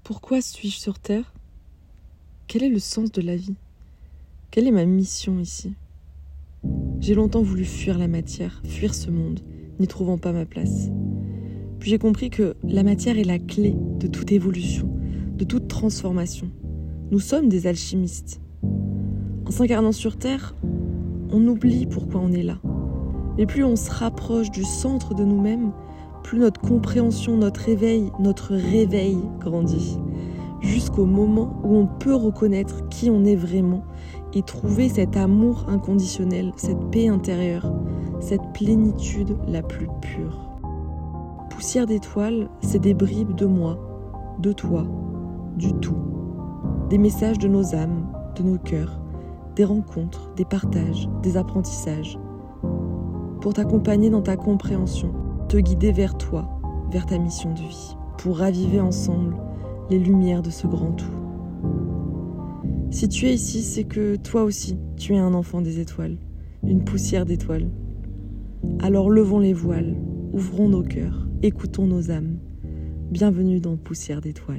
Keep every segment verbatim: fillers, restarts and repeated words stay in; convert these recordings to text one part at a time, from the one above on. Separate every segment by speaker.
Speaker 1: Pourquoi suis-je sur Terre ? Quel est le sens de la vie ? Quelle est ma mission ici ? J'ai longtemps voulu fuir la matière, fuir ce monde, n'y trouvant pas ma place. Puis j'ai compris que la matière est la clé de toute évolution, de toute transformation. Nous sommes des alchimistes. En s'incarnant sur Terre, on oublie pourquoi on est là. Mais plus on se rapproche du centre de nous-mêmes, plus notre compréhension, notre éveil, notre réveil grandit. Jusqu'au moment où on peut reconnaître qui on est vraiment et trouver cet amour inconditionnel, cette paix intérieure, cette plénitude la plus pure. Poussière d'étoiles, c'est des bribes de moi, de toi, du tout. Des messages de nos âmes, de nos cœurs, des rencontres, des partages, des apprentissages. Pour t'accompagner dans ta compréhension, te guider vers toi, vers ta mission de vie, pour raviver ensemble les lumières de ce grand tout. Si tu es ici, c'est que toi aussi, tu es un enfant des étoiles, une poussière d'étoiles. Alors levons les voiles, ouvrons nos cœurs, écoutons nos âmes. Bienvenue dans Poussière d'étoiles.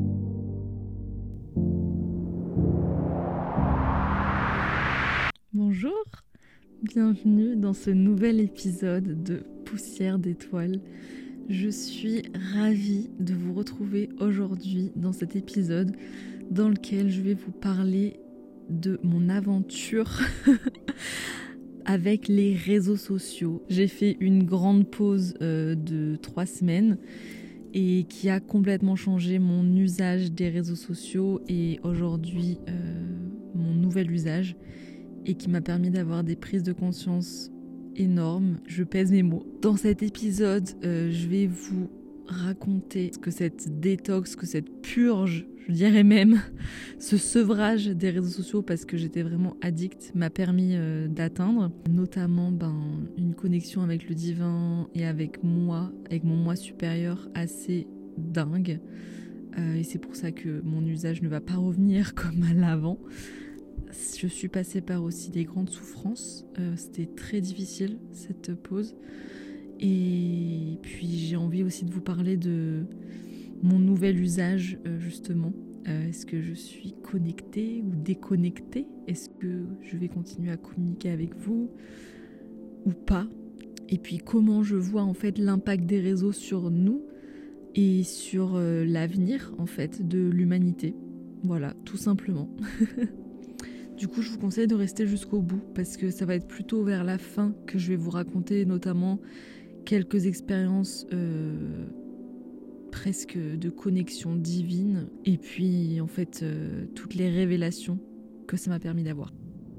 Speaker 1: Bonjour, bienvenue dans ce nouvel épisode de Poussière d'étoiles. Je suis ravie de vous retrouver aujourd'hui dans cet épisode dans lequel je vais vous parler de mon aventure avec les réseaux sociaux. J'ai fait une grande pause euh, de trois semaines et qui a complètement changé mon usage des réseaux sociaux et aujourd'hui euh, mon nouvel usage et qui m'a permis d'avoir des prises de conscience énorme, je pèse mes mots. Dans cet épisode, euh, je vais vous raconter ce que cette détox, que cette purge, je dirais même, ce sevrage des réseaux sociaux parce que j'étais vraiment addict, m'a permis euh, d'atteindre, notamment ben, une connexion avec le divin et avec moi, avec mon moi supérieur assez dingue. Euh, et c'est pour ça que mon usage ne va pas revenir comme à l'avant. Je suis passée par aussi des grandes souffrances, euh, c'était très difficile cette pause et puis j'ai envie aussi de vous parler de mon nouvel usage euh, justement. Euh, est-ce que je suis connectée ou déconnectée ? Est-ce que je vais continuer à communiquer avec vous ou pas ? Et puis comment je vois en fait l'impact des réseaux sur nous et sur euh, l'avenir en fait de l'humanité. Voilà, tout simplement. Du coup, je vous conseille de rester jusqu'au bout parce que ça va être plutôt vers la fin que je vais vous raconter notamment quelques expériences euh, presque de connexion divine et puis en fait euh, toutes les révélations que ça m'a permis d'avoir.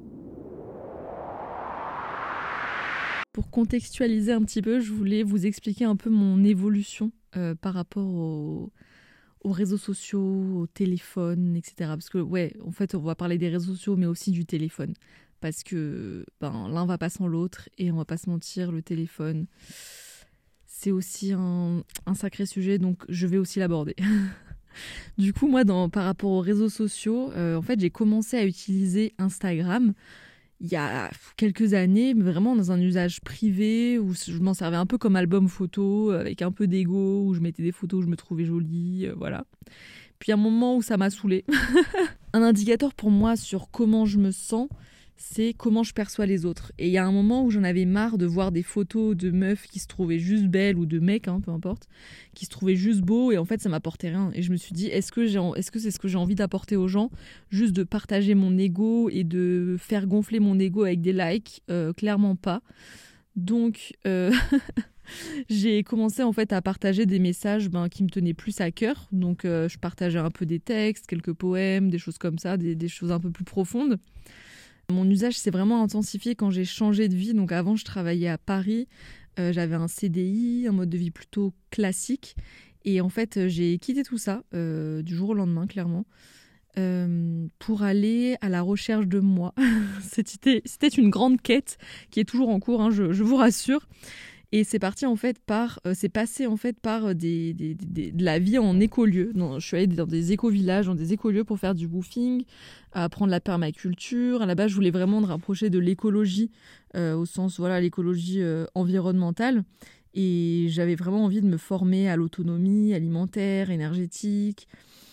Speaker 1: Pour contextualiser un petit peu, je voulais vous expliquer un peu mon évolution euh, par rapport au... aux réseaux sociaux, au téléphone, et cetera. Parce que, ouais, en fait, on va parler des réseaux sociaux, mais aussi du téléphone. Parce que ben, l'un va pas sans l'autre, et on va pas se mentir, le téléphone, c'est aussi un, un sacré sujet, donc je vais aussi l'aborder. Du coup, moi, dans, par rapport aux réseaux sociaux, euh, en fait, j'ai commencé à utiliser Instagram il y a quelques années, mais vraiment dans un usage privé, où je m'en servais un peu comme album photo, avec un peu d'ego, où je mettais des photos où je me trouvais jolie, euh, voilà. Puis il y a un moment où ça m'a saoulée. Un indicateur pour moi sur comment je me sens, c'est comment je perçois les autres. Et il y a un moment où j'en avais marre de voir des photos de meufs qui se trouvaient juste belles, ou de mecs, hein, peu importe, qui se trouvaient juste beaux, et en fait ça m'apportait rien. Et je me suis dit, est-ce que, j'ai, est-ce que c'est ce que j'ai envie d'apporter aux gens ? Juste de partager mon ego et de faire gonfler mon ego avec des likes ? euh, Clairement pas. Donc euh, j'ai commencé en fait à partager des messages ben, qui me tenaient plus à cœur. Donc euh, je partageais un peu des textes, quelques poèmes, des choses comme ça, des, des choses un peu plus profondes. Mon usage s'est vraiment intensifié quand j'ai changé de vie. Donc avant, je travaillais à Paris. Euh, j'avais un C D I, un mode de vie plutôt classique. Et en fait, j'ai quitté tout ça euh, du jour au lendemain, clairement, euh, pour aller à la recherche de moi. c'était, c'était une grande quête qui est toujours en cours, hein, je, je vous rassure. Et c'est parti en fait par, euh, c'est passé en fait par des, des, des, de la vie en écolieu. Non, je suis allée dans des éco-villages, dans des écolieux pour faire du woofing, apprendre la permaculture. À la base, je voulais vraiment me rapprocher de l'écologie, euh, au sens, voilà, l'écologie euh, environnementale. Et j'avais vraiment envie de me former à l'autonomie alimentaire, énergétique,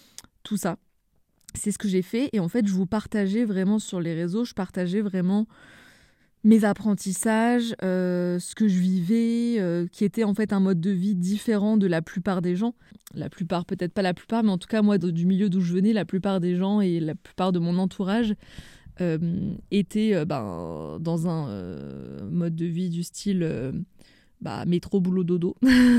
Speaker 1: tout ça. C'est ce que j'ai fait et en fait je vous partageais vraiment sur les réseaux, je partageais vraiment mes apprentissages, euh, ce que je vivais, euh, qui était en fait un mode de vie différent de la plupart des gens. La plupart, peut-être pas la plupart, mais en tout cas moi du milieu d'où je venais, la plupart des gens et la plupart de mon entourage euh, étaient euh, ben, dans un euh, mode de vie du style... Euh, Bah, métro, boulot, dodo,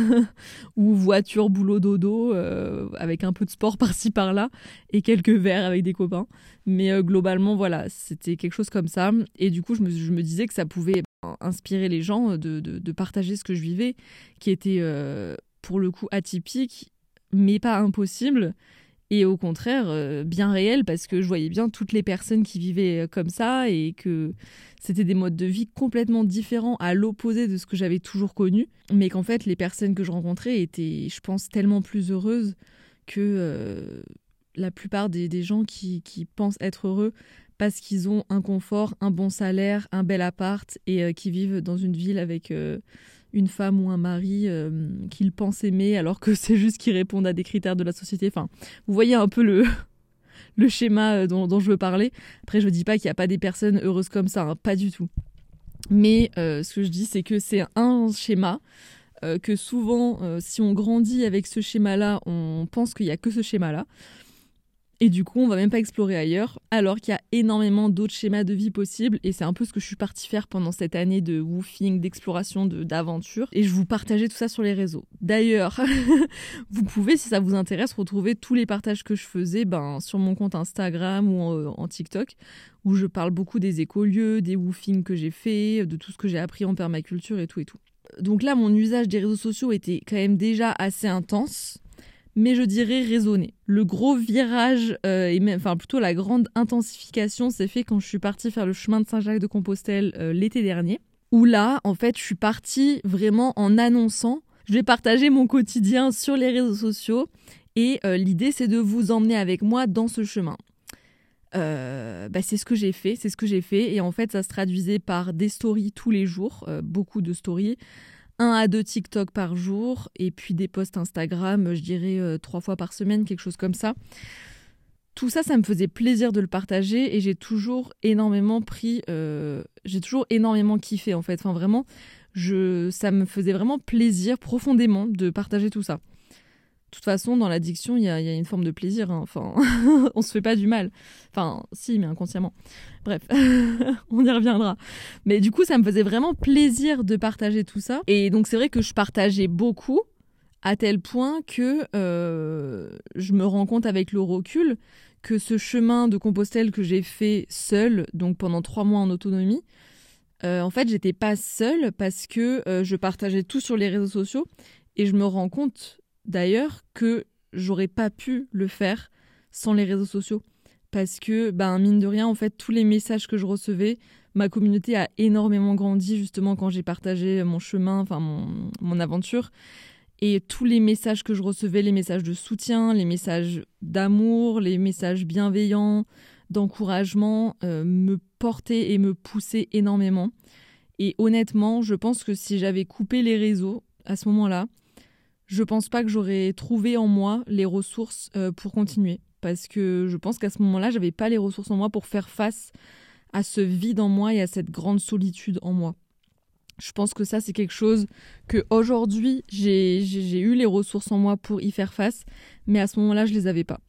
Speaker 1: ou voiture, boulot, dodo, euh, avec un peu de sport par-ci, par-là, et quelques verres avec des copains. Mais euh, globalement, voilà, c'était quelque chose comme ça. Et du coup, je me, je me disais que ça pouvait bah, inspirer les gens de, de, de partager ce que je vivais, qui était, euh, pour le coup, atypique, mais pas impossible. Et au contraire, euh, bien réel, parce que je voyais bien toutes les personnes qui vivaient euh, comme ça et que c'était des modes de vie complètement différents, à l'opposé de ce que j'avais toujours connu. Mais qu'en fait, les personnes que je rencontrais étaient, je pense, tellement plus heureuses que euh, la plupart des, des gens qui, qui pensent être heureux parce qu'ils ont un confort, un bon salaire, un bel appart et euh, qui vivent dans une ville avec... Euh, une femme ou un mari euh, qu'ils pensent aimer alors que c'est juste qu'ils répondent à des critères de la société. Enfin, vous voyez un peu le, le schéma dont, dont je veux parler. Après, je ne dis pas qu'il n'y a pas des personnes heureuses comme ça, hein, pas du tout. Mais euh, ce que je dis, c'est que c'est un schéma, euh, que souvent, euh, si on grandit avec ce schéma-là, on pense qu'il n'y a que ce schéma-là. Et du coup, on va même pas explorer ailleurs, alors qu'il y a énormément d'autres schémas de vie possibles. Et c'est un peu ce que je suis partie faire pendant cette année de woofing, d'exploration, de, d'aventure. Et je vous partageais tout ça sur les réseaux. D'ailleurs, vous pouvez, si ça vous intéresse, retrouver tous les partages que je faisais ben, sur mon compte Instagram ou en, en TikTok, où je parle beaucoup des écolieux, des woofings que j'ai fait, de tout ce que j'ai appris en permaculture et tout et tout. Donc là, mon usage des réseaux sociaux était quand même déjà assez intense, mais je dirais raisonné. Le gros virage, euh, et même, enfin plutôt la grande intensification, s'est fait quand je suis partie faire le chemin de Saint-Jacques-de-Compostelle euh, l'été dernier, où là, en fait, je suis partie vraiment en annonçant, je vais partager mon quotidien sur les réseaux sociaux, et euh, l'idée, c'est de vous emmener avec moi dans ce chemin. Euh, bah, c'est ce que j'ai fait, c'est ce que j'ai fait, et en fait, ça se traduisait par des stories tous les jours, euh, beaucoup de stories, un à deux TikTok par jour, et puis des posts Instagram, je dirais euh, trois fois par semaine, quelque chose comme ça. Tout ça, ça me faisait plaisir de le partager, et j'ai toujours énormément pris... Euh, j'ai toujours énormément kiffé, en fait. Enfin, vraiment, je, ça me faisait vraiment plaisir, profondément, de partager tout ça. De toute façon, dans l'addiction, il y a, y a une forme de plaisir. Hein. Enfin, on se fait pas du mal. Enfin, si, mais inconsciemment. Bref, on y reviendra. Mais du coup, ça me faisait vraiment plaisir de partager tout ça. Et donc, c'est vrai que je partageais beaucoup, à tel point que euh, je me rends compte avec le recul que ce chemin de Compostelle que j'ai fait seule, donc pendant trois mois en autonomie, euh, en fait, j'étais pas seule parce que euh, je partageais tout sur les réseaux sociaux. Et je me rends compte... D'ailleurs, que j'aurais pas pu le faire sans les réseaux sociaux. Parce que, ben, mine de rien, en fait, tous les messages que je recevais, ma communauté a énormément grandi, justement, quand j'ai partagé mon chemin, enfin, mon, mon aventure. Et tous les messages que je recevais, les messages de soutien, les messages d'amour, les messages bienveillants, d'encouragement, euh, me portaient et me poussaient énormément. Et honnêtement, je pense que si j'avais coupé les réseaux à ce moment-là, je pense pas que j'aurais trouvé en moi les ressources euh, pour continuer. Parce que je pense qu'à ce moment-là, j'avais pas les ressources en moi pour faire face à ce vide en moi et à cette grande solitude en moi. Je pense que ça, c'est quelque chose que aujourd'hui j'ai, j'ai, j'ai eu les ressources en moi pour y faire face, mais à ce moment-là, je les avais pas.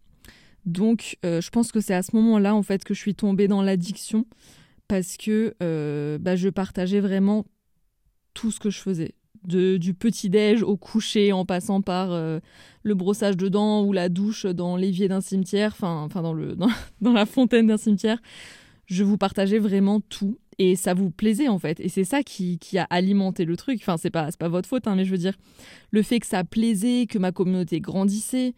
Speaker 1: Donc, euh, je pense que c'est à ce moment-là, en fait, que je suis tombée dans l'addiction parce que euh, bah, je partageais vraiment tout ce que je faisais. De, du petit-déj au coucher en passant par euh, le brossage de dents ou la douche dans l'évier d'un cimetière, enfin dans, le, dans, dans la fontaine d'un cimetière. Je vous partageais vraiment tout et ça vous plaisait en fait. Et c'est ça qui, qui a alimenté le truc. Enfin, c'est pas, c'est pas votre faute, hein, mais je veux dire, le fait que ça plaisait, que ma communauté grandissait...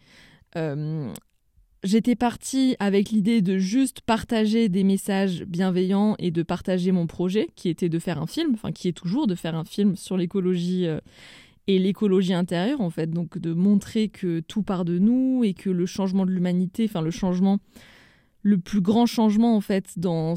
Speaker 1: Euh, J'étais partie avec l'idée de juste partager des messages bienveillants et de partager mon projet, qui était de faire un film, enfin qui est toujours de faire un film sur l'écologie euh, et l'écologie intérieure, en fait. Donc de montrer que tout part de nous et que le changement de l'humanité, enfin le changement, le plus grand changement, en fait, dans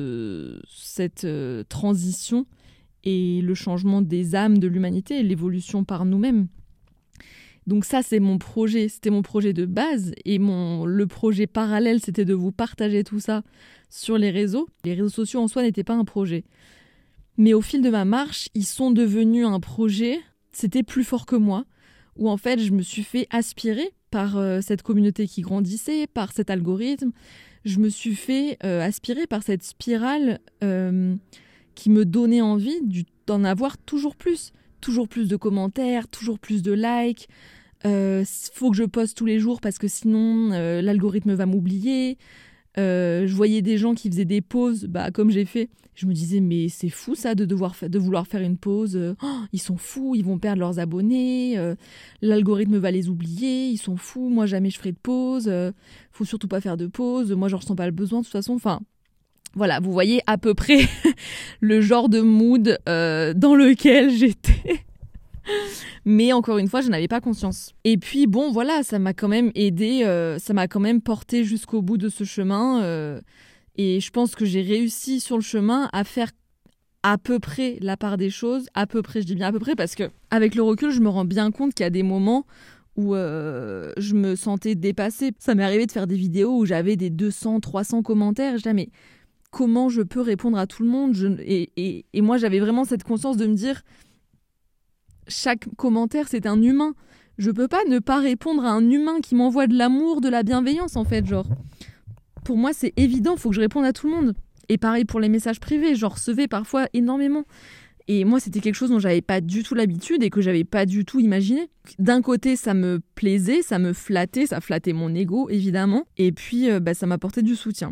Speaker 1: ce, cette euh, transition et le changement des âmes de l'humanité et l'évolution par nous-mêmes. Donc ça, c'est mon projet, c'était mon projet de base. Et mon, le projet parallèle, c'était de vous partager tout ça sur les réseaux. Les réseaux sociaux en soi n'étaient pas un projet. Mais au fil de ma marche, ils sont devenus un projet. C'était plus fort que moi, où en fait, je me suis fait aspirer par euh, cette communauté qui grandissait, par cet algorithme. Je me suis fait euh, aspirer par cette spirale euh, qui me donnait envie du, d'en avoir toujours plus. Toujours plus de commentaires, toujours plus de likes. Euh, faut que je poste tous les jours parce que sinon euh, l'algorithme va m'oublier. Euh, je voyais des gens qui faisaient des pauses, bah, comme j'ai fait. Je me disais, mais c'est fou ça de, devoir fa- de vouloir faire une pause. Oh, ils sont fous, ils vont perdre leurs abonnés. Euh, l'algorithme va les oublier, ils sont fous. Moi, jamais je ferai de pause. Euh, faut surtout pas faire de pause. Moi, je ressens pas le besoin de toute façon. Enfin, voilà, vous voyez à peu près le genre de mood euh, dans lequel j'étais. Mais encore une fois, je n'avais pas conscience. Et puis bon, voilà, ça m'a quand même aidé, euh, ça m'a quand même porté jusqu'au bout de ce chemin. Euh, et je pense que j'ai réussi sur le chemin à faire à peu près la part des choses. À peu près, je dis bien à peu près, parce que avec le recul, je me rends bien compte qu'il y a des moments où euh, je me sentais dépassée. Ça m'est arrivé de faire des vidéos où j'avais des deux cents, trois cents commentaires. Je disais, mais comment je peux répondre à tout le monde ? je... et, et, et moi, j'avais vraiment cette conscience de me dire... Chaque commentaire, c'est un humain. Je peux pas ne pas répondre à un humain qui m'envoie de l'amour, de la bienveillance, en fait, genre. Pour moi, c'est évident, faut que je réponde à tout le monde. Et pareil pour les messages privés, j'en recevais parfois énormément. Et moi, c'était quelque chose dont j'avais pas du tout l'habitude et que j'avais pas du tout imaginé. D'un côté, ça me plaisait, ça me flattait, ça flattait mon ego, évidemment. Et puis, euh, bah, ça m'apportait du soutien.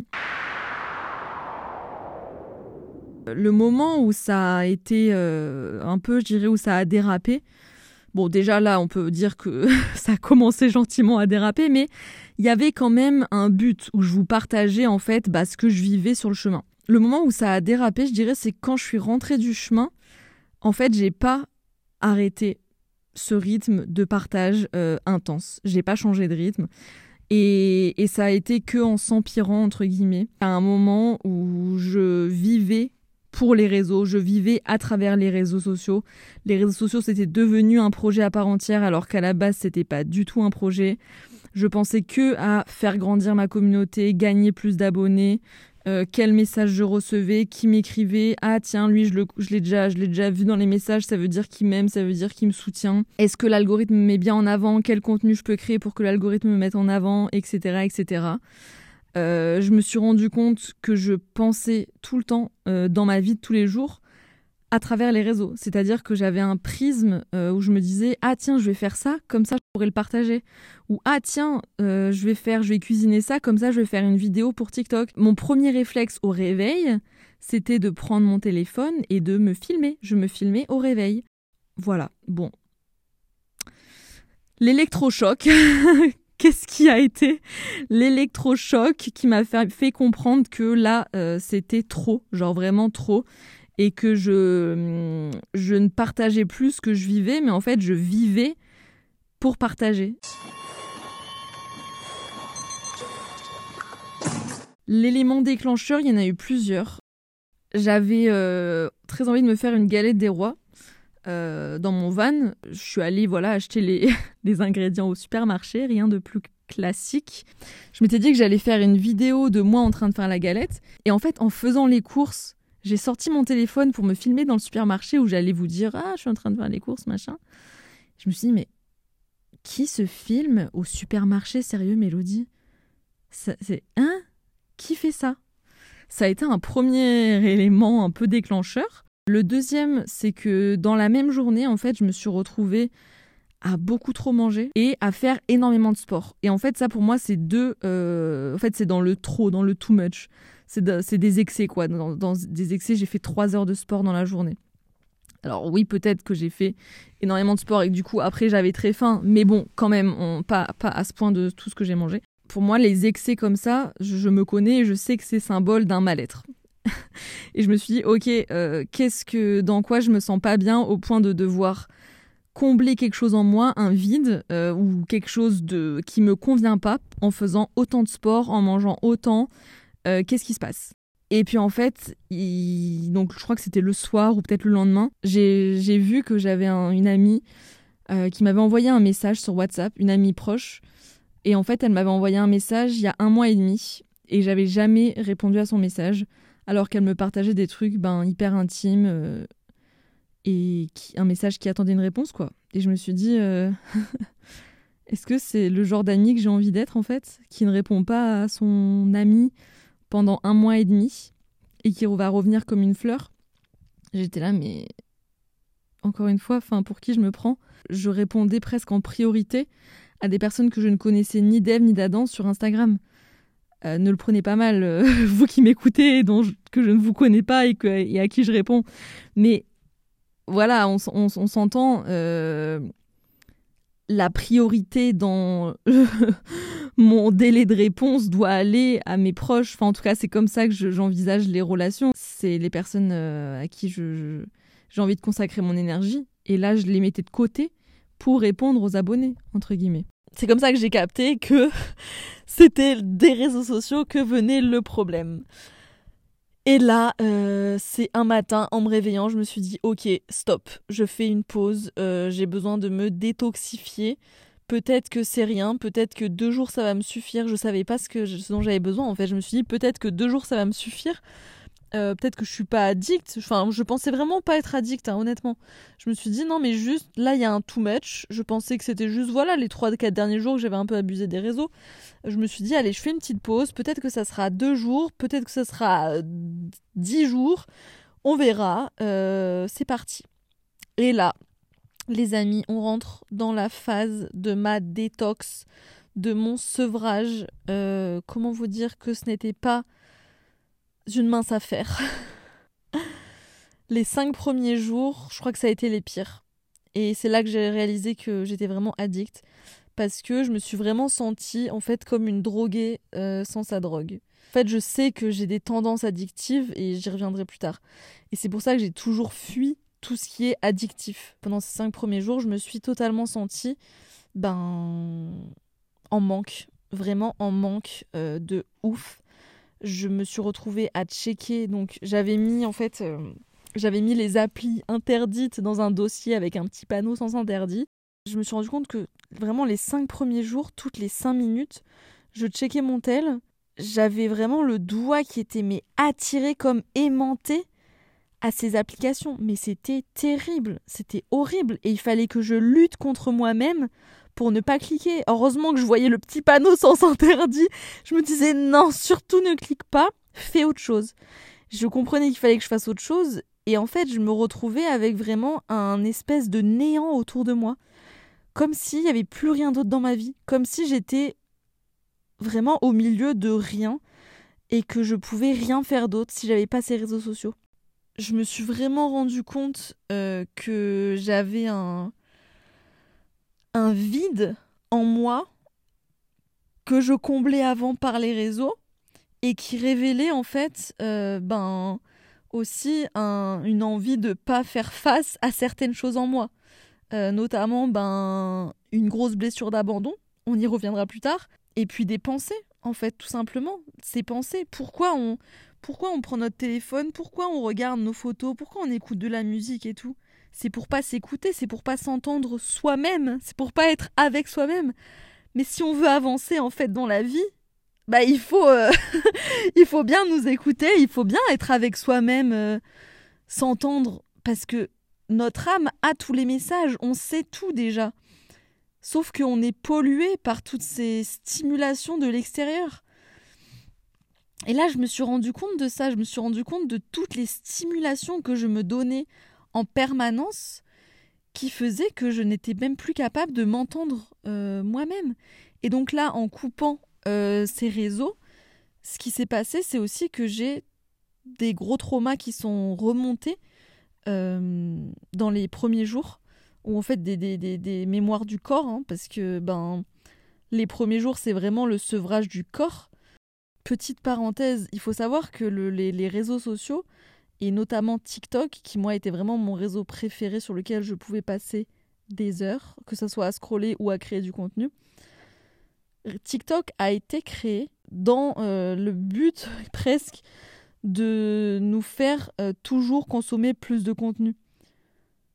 Speaker 1: Le moment où ça a été euh, un peu, je dirais, où ça a dérapé, bon déjà là on peut dire que ça a commencé gentiment à déraper, mais il y avait quand même un but où je vous partageais en fait bah, ce que je vivais sur le chemin. Le moment où ça a dérapé, je dirais, c'est quand je suis rentrée du chemin. En fait, j'ai pas arrêté ce rythme de partage euh, intense. J'ai pas changé de rythme. Et, et ça a été que en s'empirant, entre guillemets, à un moment où je vivais pour les réseaux, je vivais à travers les réseaux sociaux. Les réseaux sociaux, c'était devenu un projet à part entière, alors qu'à la base, c'était pas du tout un projet. Je pensais que à faire grandir ma communauté, gagner plus d'abonnés, euh, quel message je recevais, qui m'écrivait, ah tiens, lui, je, le, je, l'ai déjà, je l'ai déjà vu dans les messages, ça veut dire qu'il m'aime, ça veut dire qu'il me soutient. Est-ce que l'algorithme me met bien en avant ? Quel contenu je peux créer pour que l'algorithme me mette en avant, et cetera, et cetera. Euh, je me suis rendu compte que je pensais tout le temps euh, dans ma vie de tous les jours à travers les réseaux. C'est-à-dire que j'avais un prisme euh, où je me disais « Ah tiens, je vais faire ça, comme ça je pourrais le partager. » Ou « Ah tiens, euh, je vais faire, je vais cuisiner ça, comme ça je vais faire une vidéo pour TikTok. » Mon premier réflexe au réveil, c'était de prendre mon téléphone et de me filmer. Je me filmais au réveil. Voilà, bon. L'électrochoc... Qu'est-ce qui a été l'électrochoc qui m'a fait, fait comprendre que là, euh, c'était trop, genre vraiment trop, et que je, je ne partageais plus ce que je vivais, mais en fait, je vivais pour partager. L'élément déclencheur, il y en a eu plusieurs. J'avais euh, très envie de me faire une galette des rois. Euh, dans mon van, je suis allée voilà, acheter les, les ingrédients au supermarché, rien de plus classique. Je m'étais dit que j'allais faire une vidéo de moi en train de faire la galette. Et en fait, en faisant les courses, j'ai sorti mon téléphone pour me filmer dans le supermarché où j'allais vous dire « Ah, je suis en train de faire les courses, machin. » Je me suis dit « Mais qui se filme au supermarché, sérieux, Mélodie ? Ça, c'est Hein ? Qui fait ça ?» Ça a été un premier élément un peu déclencheur. Le deuxième, c'est que dans la même journée, en fait, je me suis retrouvée à beaucoup trop manger et à faire énormément de sport. Et en fait, ça, pour moi, c'est deux... Euh, en fait, c'est dans le trop, dans le too much. C'est, de, c'est des excès, quoi. Dans, dans des excès, j'ai fait trois heures de sport dans la journée. Alors oui, peut-être que j'ai fait énormément de sport et que du coup, après, j'avais très faim. Mais bon, quand même, on, pas, pas à ce point de tout ce que j'ai mangé. Pour moi, les excès comme ça, je, je me connais et je sais que c'est symbole d'un mal-être. Et je me suis dit, ok, euh, qu'est-ce que, dans quoi je me sens pas bien au point de devoir combler quelque chose en moi, un vide, euh, ou quelque chose de, qui me convient pas en faisant autant de sport, en mangeant autant. Euh, qu'est-ce qui se passe ? Et puis en fait, il... donc je crois que c'était le soir ou peut-être le lendemain, j'ai, j'ai vu que j'avais un, une amie euh, qui m'avait envoyé un message sur WhatsApp, une amie proche. Et en fait, elle m'avait envoyé un message il y a un mois et demi et j'avais jamais répondu à son message alors qu'elle me partageait des trucs ben, hyper intimes euh, et qui, un message qui attendait une réponse, quoi. Et je me suis dit, euh, est-ce que c'est le genre d'ami que j'ai envie d'être, en fait, qui ne répond pas à son ami pendant un mois et demi et qui va revenir comme une fleur? J'étais là, mais encore une fois, pour qui je me prends? Je répondais presque en priorité à des personnes que je ne connaissais ni d'Ève ni d'Adam sur Instagram. Euh, ne le prenez pas mal, euh, vous qui m'écoutez, dont je, que je ne vous connais pas et, que, et à qui je réponds. Mais voilà, on, on, on s'entend, euh, la priorité dans mon délai de réponse doit aller à mes proches. Enfin, en tout cas, c'est comme ça que je, j'envisage les relations. C'est les personnes euh, à qui je, je, j'ai envie de consacrer mon énergie. Et là, je les mettais de côté pour répondre aux abonnés, entre guillemets. C'est comme ça que j'ai capté que c'était des réseaux sociaux que venait le problème. Et là, euh, c'est un matin, en me réveillant, je me suis dit, ok, stop, je fais une pause, euh, j'ai besoin de me détoxifier. Peut-être que c'est rien, peut-être que deux jours ça va me suffire. Je savais pas ce, que, ce dont j'avais besoin, en fait. Je me suis dit, peut-être que deux jours ça va me suffire. Euh, peut-être que je suis pas addict. Enfin, je pensais vraiment pas être addict, hein, honnêtement. Je me suis dit, non, mais juste, là, il y a un too much. Je pensais que c'était juste, voilà, les trois quatre derniers jours que j'avais un peu abusé des réseaux. Je me suis dit, allez, je fais une petite pause. Peut-être que ça sera deux jours. Peut-être que ça sera dix jours. On verra. Euh, c'est parti. Et là, les amis, on rentre dans la phase de ma détox, de mon sevrage. Euh, comment vous dire que ce n'était pas une mince affaire. Les cinq premiers jours, je crois que ça a été les pires. Et c'est là que j'ai réalisé que j'étais vraiment addict. Parce que je me suis vraiment sentie, en fait, comme une droguée euh, sans sa drogue. En fait, je sais que j'ai des tendances addictives et j'y reviendrai plus tard. Et c'est pour ça que j'ai toujours fui tout ce qui est addictif. Pendant ces cinq premiers jours, je me suis totalement sentie ben, en manque. Vraiment en manque euh, de ouf. Je me suis retrouvée à checker. Donc, j'avais mis, en fait... Euh, J'avais mis les applis interdites dans un dossier avec un petit panneau sans interdit. Je me suis rendu compte que vraiment les cinq premiers jours, toutes les cinq minutes, je checkais mon tel. J'avais vraiment le doigt qui était mais attiré comme aimanté à ces applications. Mais c'était terrible, c'était horrible. Et il fallait que je lutte contre moi-même pour ne pas cliquer. Heureusement que je voyais le petit panneau sans interdit. Je me disais non, surtout ne clique pas, fais autre chose. Je comprenais qu'il fallait que je fasse autre chose. Et en fait, je me retrouvais avec vraiment un espèce de néant autour de moi. Comme s'il n'y avait plus rien d'autre dans ma vie. Comme si j'étais vraiment au milieu de rien et que je pouvais rien faire d'autre si j'avais pas ces réseaux sociaux. Je me suis vraiment rendu compte euh, que j'avais un, un vide en moi que je comblais avant par les réseaux et qui révélait en fait... Euh, ben... aussi un, une envie de pas faire face à certaines choses en moi. Euh, notamment ben, une grosse blessure d'abandon, on y reviendra plus tard, et puis des pensées, en fait, tout simplement. Ces pensées, pourquoi on, pourquoi on prend notre téléphone, pourquoi on regarde nos photos, pourquoi on écoute de la musique et tout. C'est pour pas s'écouter, c'est pour pas s'entendre soi-même, c'est pour pas être avec soi-même. Mais si on veut avancer, en fait, dans la vie, bah il faut euh, il faut bien nous écouter, il faut bien être avec soi-même, euh, s'entendre, parce que notre âme a tous les messages, on sait tout déjà. Sauf qu'on est pollué par toutes ces stimulations de l'extérieur. Et là, je me suis rendu compte de ça, je me suis rendu compte de toutes les stimulations que je me donnais en permanence qui faisaient que je n'étais même plus capable de m'entendre euh, moi-même. Et donc là, en coupant Euh, ces réseaux, ce qui s'est passé, c'est aussi que j'ai des gros traumas qui sont remontés euh, dans les premiers jours, ou en fait des, des, des, des mémoires du corps, hein, parce que ben, les premiers jours, c'est vraiment le sevrage du corps. Petite parenthèse, il faut savoir que le, les, les réseaux sociaux, et notamment TikTok, qui moi était vraiment mon réseau préféré sur lequel je pouvais passer des heures, que ce soit à scroller ou à créer du contenu, TikTok a été créé dans euh, le but presque de nous faire euh, toujours consommer plus de contenu.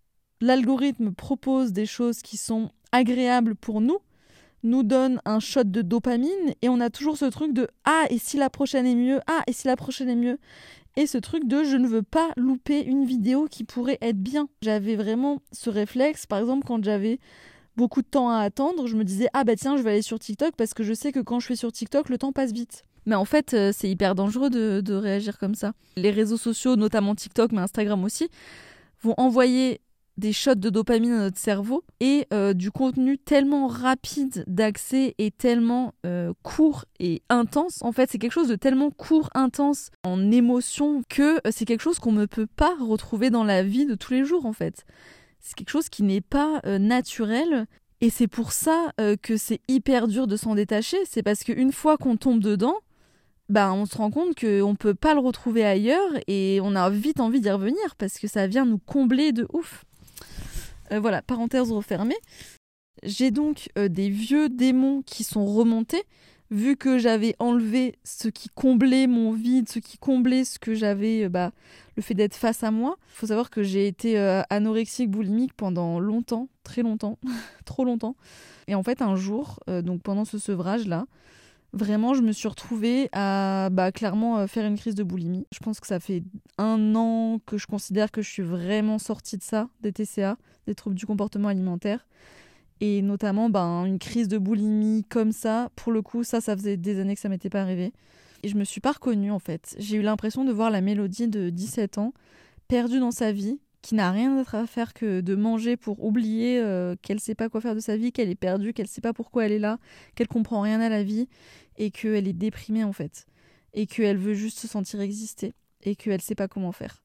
Speaker 1: l'algorithme propose des choses qui sont agréables pour nous, nous donne un shot de dopamine et on a toujours ce truc de « Ah, et si la prochaine est mieux ? Ah, et si la prochaine est mieux ?» Et ce truc de « Je ne veux pas louper une vidéo qui pourrait être bien ». J'avais vraiment ce réflexe, par exemple, quand j'avais beaucoup de temps à attendre, je me disais « Ah bah tiens, je vais aller sur TikTok parce que je sais que quand je suis sur TikTok, le temps passe vite ». Mais en fait, euh, c'est hyper dangereux de, de réagir comme ça. Les réseaux sociaux, notamment TikTok, mais Instagram aussi, vont envoyer des shots de dopamine à notre cerveau et euh, du contenu tellement rapide d'accès et tellement euh, court et intense. En fait, c'est quelque chose de tellement court, intense en émotion que euh, c'est quelque chose qu'on ne peut pas retrouver dans la vie de tous les jours, en fait. C'est quelque chose qui n'est pas euh, naturel et c'est pour ça euh, que c'est hyper dur de s'en détacher. C'est parce qu'une fois qu'on tombe dedans, bah, on se rend compte qu'on ne peut pas le retrouver ailleurs et on a vite envie d'y revenir parce que ça vient nous combler de ouf. Euh, voilà, parenthèse refermée. J'ai donc euh, des vieux démons qui sont remontés, vu que j'avais enlevé ce qui comblait mon vide, ce qui comblait ce que j'avais, euh, bah, le fait d'être face à moi. Il faut savoir que j'ai été euh, anorexique, boulimique pendant longtemps, très longtemps, trop longtemps. Et en fait, un jour, euh, donc pendant ce sevrage-là, vraiment, je me suis retrouvée à bah, clairement euh, faire une crise de boulimie. Je pense que ça fait un an que je considère que je suis vraiment sortie de ça, des T C A, des troubles du comportement alimentaire. Et notamment, ben, une crise de boulimie comme ça, pour le coup, ça, ça faisait des années que ça m'était pas arrivé. Et je me suis pas reconnue, en fait. J'ai eu l'impression de voir la Mélodie de dix-sept ans, perdue dans sa vie, qui n'a rien d'autre à faire que de manger pour oublier euh, qu'elle sait pas quoi faire de sa vie, qu'elle est perdue, qu'elle sait pas pourquoi elle est là, qu'elle comprend rien à la vie, et qu'elle est déprimée, en fait. Et qu'elle veut juste se sentir exister, et qu'elle sait pas comment faire.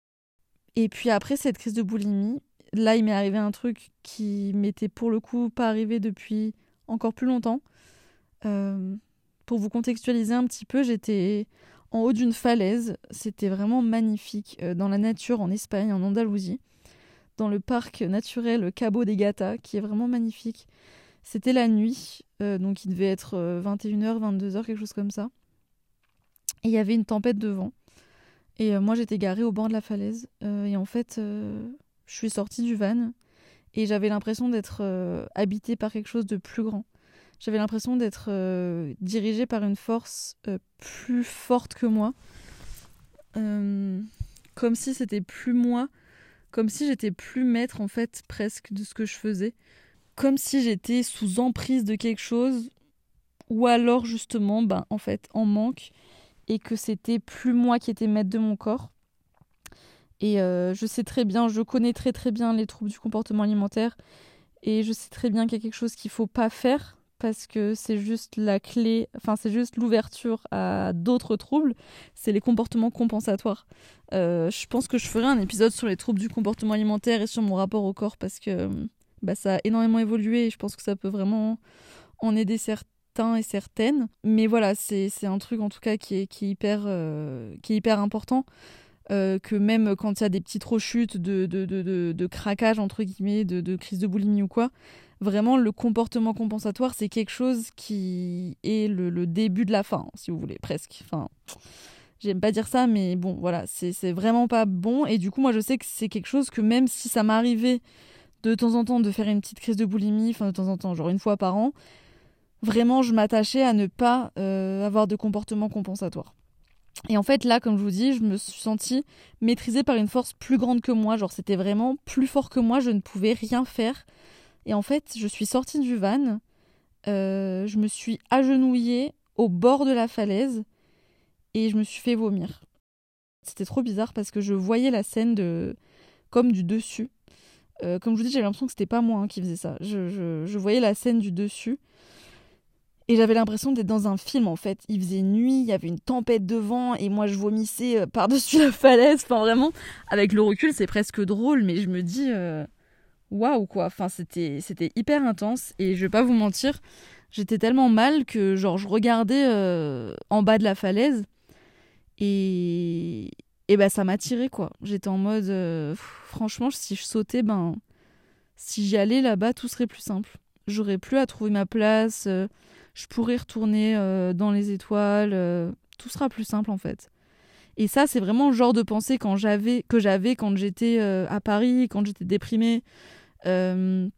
Speaker 1: Et puis après cette crise de boulimie, là, il m'est arrivé un truc qui m'était pour le coup pas arrivé depuis encore plus longtemps. Euh, pour vous contextualiser un petit peu, j'étais en haut d'une falaise. C'était vraiment magnifique, euh, dans la nature en Espagne, en Andalousie, dans le parc naturel Cabo de Gata, qui est vraiment magnifique. C'était la nuit, euh, donc il devait être euh, vingt et une heures, vingt-deux heures, quelque chose comme ça. Et il y avait une tempête de vent. Et euh, moi, j'étais garée au bord de la falaise. Euh, et en fait... Euh Je suis sortie du van et j'avais l'impression d'être euh, habitée par quelque chose de plus grand. J'avais l'impression d'être euh, dirigée par une force euh, plus forte que moi. Euh, comme si c'était plus moi. Comme si j'étais plus maître, en fait, presque, de ce que je faisais. Comme si j'étais sous emprise de quelque chose. Ou alors, justement, ben, en fait, en manque. Et que c'était plus moi qui étais maître de mon corps. Et euh, je sais très bien, je connais très très bien les troubles du comportement alimentaire et je sais très bien qu'il y a quelque chose qu'il ne faut pas faire parce que c'est juste la clé, enfin c'est juste l'ouverture à d'autres troubles, c'est les comportements compensatoires. Euh, je pense que je ferai un épisode sur les troubles du comportement alimentaire et sur mon rapport au corps parce que bah, ça a énormément évolué et je pense que ça peut vraiment en aider certains et certaines. Mais voilà, c'est, c'est un truc en tout cas qui est, qui est, hyper, euh, qui est hyper important. Euh, que même quand il y a des petites rechutes de, de, de, de, de craquage, entre guillemets, de, de crise de boulimie ou quoi, vraiment le comportement compensatoire, c'est quelque chose qui est le, le début de la fin, si vous voulez, presque. Enfin, j'aime pas dire ça, mais bon, voilà, c'est, c'est vraiment pas bon. Et du coup, moi, je sais que c'est quelque chose que même si ça m'arrivait de temps en temps de faire une petite crise de boulimie, enfin de temps en temps, genre une fois par an, vraiment, je m'attachais à ne pas euh, avoir de comportement compensatoire. Et en fait, là, comme je vous dis, je me suis sentie maîtrisée par une force plus grande que moi. Genre, c'était vraiment plus fort que moi, je ne pouvais rien faire. Et en fait, je suis sortie du van, euh, je me suis agenouillée au bord de la falaise et je me suis fait vomir. C'était trop bizarre parce que je voyais la scène de... comme du dessus. Euh, comme je vous dis, j'avais l'impression que c'était pas moi hein, qui faisais ça. Je, je, je voyais la scène du dessus. Et j'avais l'impression d'être dans un film, en fait. Il faisait nuit, il y avait une tempête de vent, et moi, je vomissais par-dessus la falaise. Enfin, vraiment, avec le recul, c'est presque drôle, mais je me dis... Waouh, wow, quoi. Enfin, c'était, c'était hyper intense. Et je vais pas vous mentir, j'étais tellement mal que, genre, je regardais euh, en bas de la falaise, et... Et bah, ça m'a tiré, quoi. J'étais en mode... Euh, pff, franchement, si je sautais, ben... Si j'y allais là-bas, tout serait plus simple. J'aurais plus à trouver ma place... Euh, je pourrais retourner euh, dans les étoiles, euh, tout sera plus simple en fait. Et ça, c'est vraiment le genre de pensée quand j'avais, que j'avais quand j'étais euh, à Paris, quand j'étais déprimée. Euh,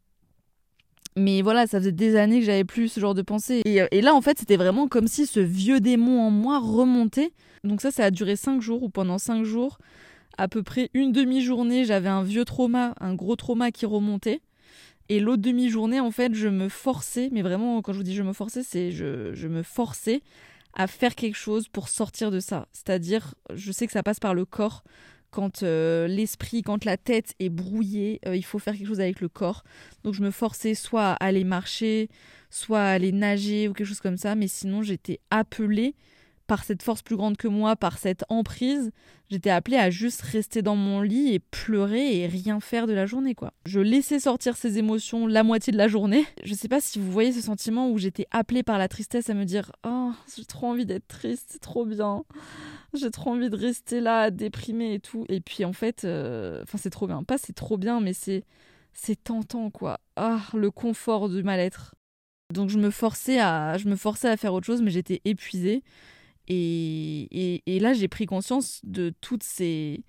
Speaker 1: mais voilà, ça faisait des années que j'avais plus ce genre de pensée. Et, et là, en fait, c'était vraiment comme si ce vieux démon en moi remontait. Donc ça, ça a duré cinq jours, ou pendant cinq jours, à peu près une demi-journée, j'avais un vieux trauma, un gros trauma qui remontait. Et l'autre demi-journée, en fait, je me forçais, mais vraiment, quand je vous dis je me forçais, c'est je, je me forçais à faire quelque chose pour sortir de ça. C'est-à-dire, je sais que ça passe par le corps. Quand euh, l'esprit, quand la tête est brouillée, euh, il faut faire quelque chose avec le corps. Donc je me forçais soit à aller marcher, soit à aller nager ou quelque chose comme ça. Mais sinon, j'étais appelée par cette force plus grande que moi, par cette emprise, j'étais appelée à juste rester dans mon lit et pleurer et rien faire de la journée, quoi. Je laissais sortir ces émotions la moitié de la journée. Je sais pas si vous voyez ce sentiment où j'étais appelée par la tristesse à me dire « Oh, j'ai trop envie d'être triste, c'est trop bien. J'ai trop envie de rester là, déprimée et tout. » Et puis en fait, euh... enfin c'est trop bien. Pas c'est trop bien, mais c'est, c'est tentant, quoi. Ah, le confort du mal-être. Donc je me forçais à, je me forçais à faire autre chose, mais j'étais épuisée. Et, et, et là, j'ai pris conscience de toute ces...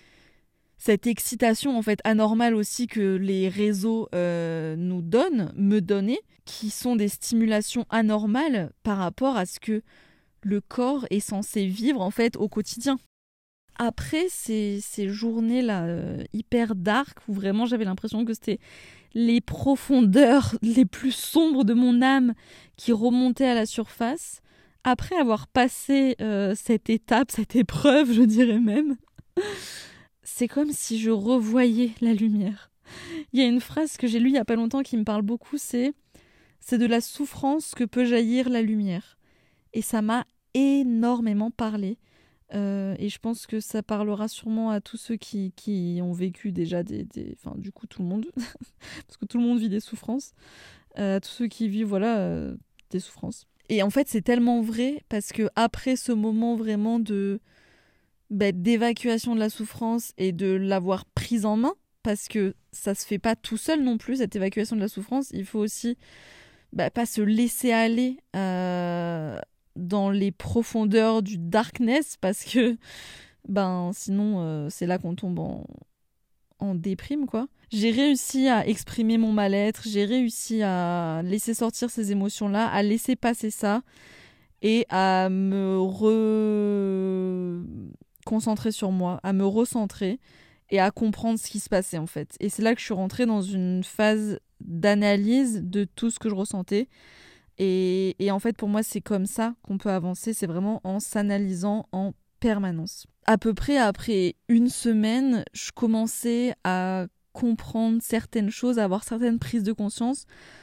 Speaker 1: cette excitation en fait anormale aussi que les réseaux euh, nous donnent, me donnaient, qui sont des stimulations anormales par rapport à ce que le corps est censé vivre en fait au quotidien. Après ces, ces journées-là euh, hyper dark, où vraiment j'avais l'impression que c'était les profondeurs les plus sombres de mon âme qui remontaient à la surface, après avoir passé euh, cette étape, cette épreuve, je dirais même, c'est comme si je revoyais la lumière. Il y a une phrase que j'ai lue il y a pas longtemps qui me parle beaucoup, c'est « c'est de la souffrance que peut jaillir la lumière ». Et ça m'a énormément parlé. Euh, et je pense que ça parlera sûrement à tous ceux qui, qui ont vécu déjà des, des... Enfin, du coup, tout le monde. Parce que tout le monde vit des souffrances. Euh, à tous ceux qui vivent, voilà, euh, des souffrances. Et en fait, c'est tellement vrai parce que après ce moment vraiment de bah, d'évacuation de la souffrance et de l'avoir prise en main, parce que ça se fait pas tout seul non plus, cette évacuation de la souffrance, il faut aussi bah, pas se laisser aller euh, dans les profondeurs du darkness, parce que ben sinon euh, c'est là qu'on tombe en, en déprime, quoi. J'ai réussi à exprimer mon mal-être, j'ai réussi à laisser sortir ces émotions-là, à laisser passer ça et à me reconcentrer sur moi, à me recentrer et à comprendre ce qui se passait en fait. Et c'est là que je suis rentrée dans une phase d'analyse de tout ce que je ressentais. Et, et en fait, pour moi, c'est comme ça qu'on peut avancer, c'est vraiment en s'analysant en permanence. À peu près après une semaine, je commençais à comprendre certaines choses, à avoir certaines prises de conscience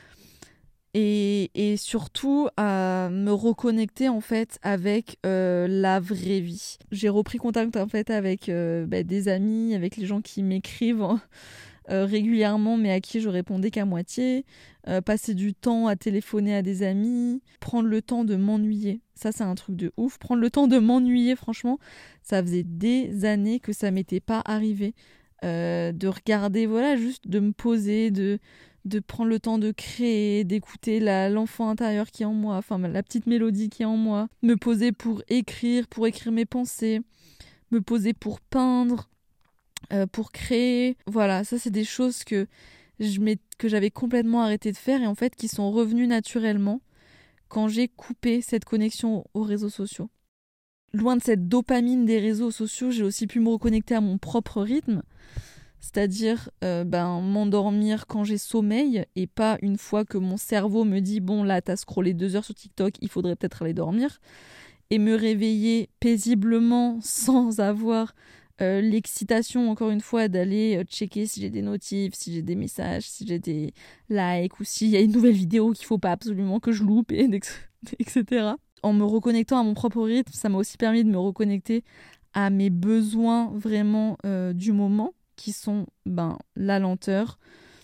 Speaker 1: et, et surtout à me reconnecter en fait avec euh, la vraie vie. J'ai repris contact en fait avec euh, bah, des amis, avec les gens qui m'écrivent euh, régulièrement mais à qui je répondais qu'à moitié, euh, passer du temps à téléphoner à des amis, prendre le temps de m'ennuyer. Ça c'est un truc de ouf, prendre le temps de m'ennuyer, franchement, ça faisait des années que ça m'était pas arrivé. Euh, de regarder, voilà, juste de me poser, de, de prendre le temps de créer, d'écouter la, l'enfant intérieur qui est en moi, enfin la petite mélodie qui est en moi, me poser pour écrire, pour écrire mes pensées, me poser pour peindre, euh, pour créer. Voilà, ça c'est des choses que, je m'ai, que j'avais complètement arrêté de faire et en fait qui sont revenues naturellement quand j'ai coupé cette connexion aux réseaux sociaux. Loin de cette dopamine des réseaux sociaux, j'ai aussi pu me reconnecter à mon propre rythme, c'est-à-dire euh, ben, m'endormir quand j'ai sommeil et pas une fois que mon cerveau me dit « bon là t'as scrollé deux heures sur TikTok, il faudrait peut-être aller dormir » et me réveiller paisiblement sans avoir euh, l'excitation encore une fois d'aller euh, checker si j'ai des notifs, si j'ai des messages, si j'ai des likes ou s'il y a une nouvelle vidéo qu'il faut pas absolument que je loupe, et, et cetera. En me reconnectant à mon propre rythme, ça m'a aussi permis de me reconnecter à mes besoins vraiment euh, du moment, qui sont ben, la lenteur,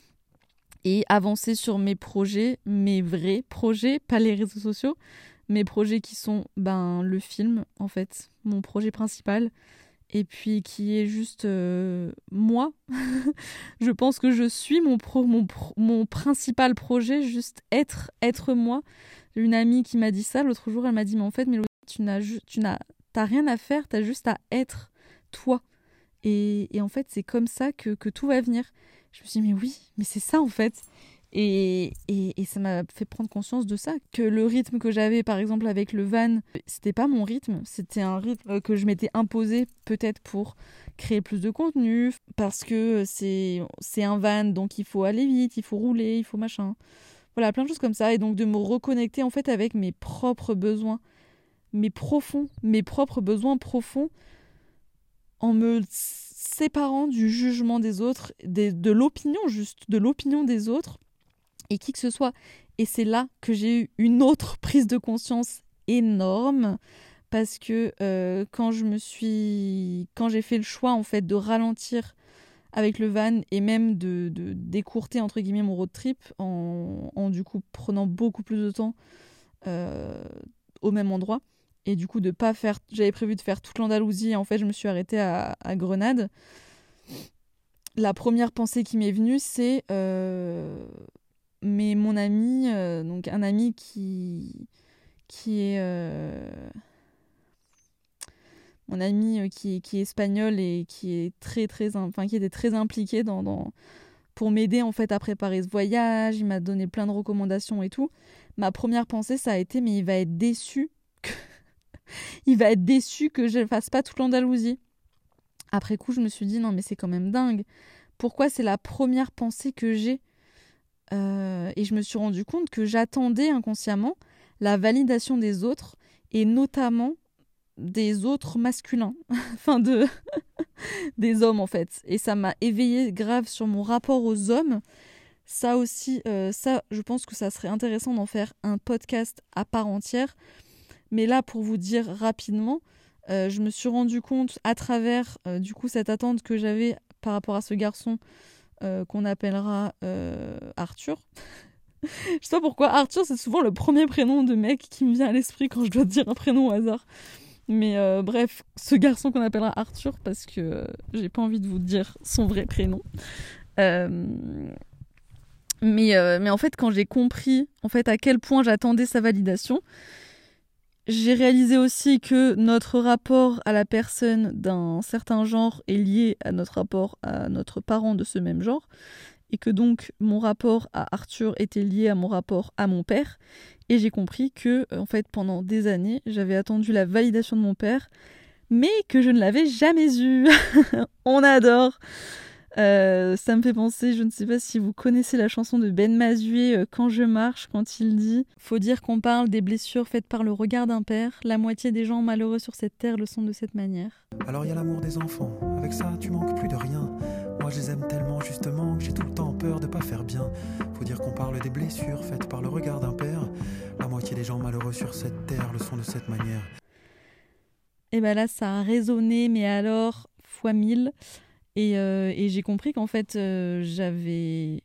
Speaker 1: et avancer sur mes projets, mes vrais projets, pas les réseaux sociaux, mes projets qui sont ben, le film, en fait, mon projet principal, et puis qui est juste euh, moi. Je pense que je suis mon, pro, mon, pro, mon principal projet, juste être, être moi. J'ai une amie qui m'a dit ça l'autre jour, elle m'a dit « mais en fait, Mélodie, tu n'as, tu n'as T'as rien à faire, t'as juste à être toi. Et, et en fait, c'est comme ça que, que tout va venir. Je me suis dit, mais oui, mais c'est ça en fait. Et, et, et ça m'a fait prendre conscience de ça, que le rythme que j'avais par exemple avec le van, c'était pas mon rythme, c'était un rythme que je m'étais imposé peut-être pour créer plus de contenu, parce que c'est, c'est un van, donc il faut aller vite, il faut rouler, il faut machin. Voilà, plein de choses comme ça, et donc de me reconnecter en fait avec mes propres besoins, mes profonds, mes propres besoins profonds, en me séparant du jugement des autres, des, de l'opinion juste, de l'opinion des autres, et qui que ce soit. Et c'est là que j'ai eu une autre prise de conscience énorme, parce que euh, quand je me suis, quand j'ai fait le choix en fait de ralentir avec le van et même de, de d'écourter entre guillemets mon road trip en, en du coup prenant beaucoup plus de temps euh, au même endroit, et du coup de pas faire, j'avais prévu de faire toute l'Andalousie et en fait je me suis arrêtée à, à Grenade. La première pensée qui m'est venue, c'est euh, mais mon ami, euh, donc un ami qui, qui est euh, mon ami euh, qui, qui est espagnol et qui est très très, enfin qui était très impliqué dans, dans pour m'aider en fait à préparer ce voyage. Il m'a donné plein de recommandations et tout. Ma première pensée, ça a été mais il va être déçu, que... il va être déçu que je fasse pas toute l'Andalousie. Après coup, je me suis dit non mais c'est quand même dingue. Pourquoi c'est la première pensée que j'ai? Euh, et je me suis rendu compte que j'attendais inconsciemment la validation des autres, et notamment des autres masculins, enfin de des hommes en fait. Et ça m'a éveillée grave sur mon rapport aux hommes. Ça aussi, euh, ça, je pense que ça serait intéressant d'en faire un podcast à part entière. Mais là, pour vous dire rapidement, euh, je me suis rendu compte à travers euh, du coup cette attente que j'avais par rapport à ce garçon Euh, qu'on appellera euh, Arthur. Je sais pas pourquoi, Arthur c'est souvent le premier prénom de mec qui me vient à l'esprit quand je dois dire un prénom au hasard. Mais euh, bref, ce garçon qu'on appellera Arthur, parce que euh, j'ai pas envie de vous dire son vrai prénom. Euh... Mais, euh, mais en fait, quand j'ai compris en fait, à quel point j'attendais sa validation, j'ai réalisé aussi que notre rapport à la personne d'un certain genre est lié à notre rapport à notre parent de ce même genre, et que donc mon rapport à Arthur était lié à mon rapport à mon père. Et j'ai compris que, en fait, pendant des années, j'avais attendu la validation de mon père, mais que je ne l'avais jamais eue. On adore. Euh, ça me fait penser, je ne sais pas si vous connaissez la chanson de Ben Mazué, euh, Quand je marche, quand il dit « Faut dire qu'on parle des blessures faites par le regard d'un père. La moitié des gens malheureux sur cette terre le sont de cette manière. »
Speaker 2: Alors il y a l'amour des enfants, avec ça tu manques plus de rien. Moi je les aime tellement justement que j'ai tout le temps peur de pas faire bien. Faut dire qu'on parle des blessures faites par le regard d'un père. La moitié des gens malheureux sur cette terre le sont de cette manière.
Speaker 1: Et ben là ça a résonné, mais alors fois mille. Et, euh, et j'ai compris qu'en fait, euh, j'avais,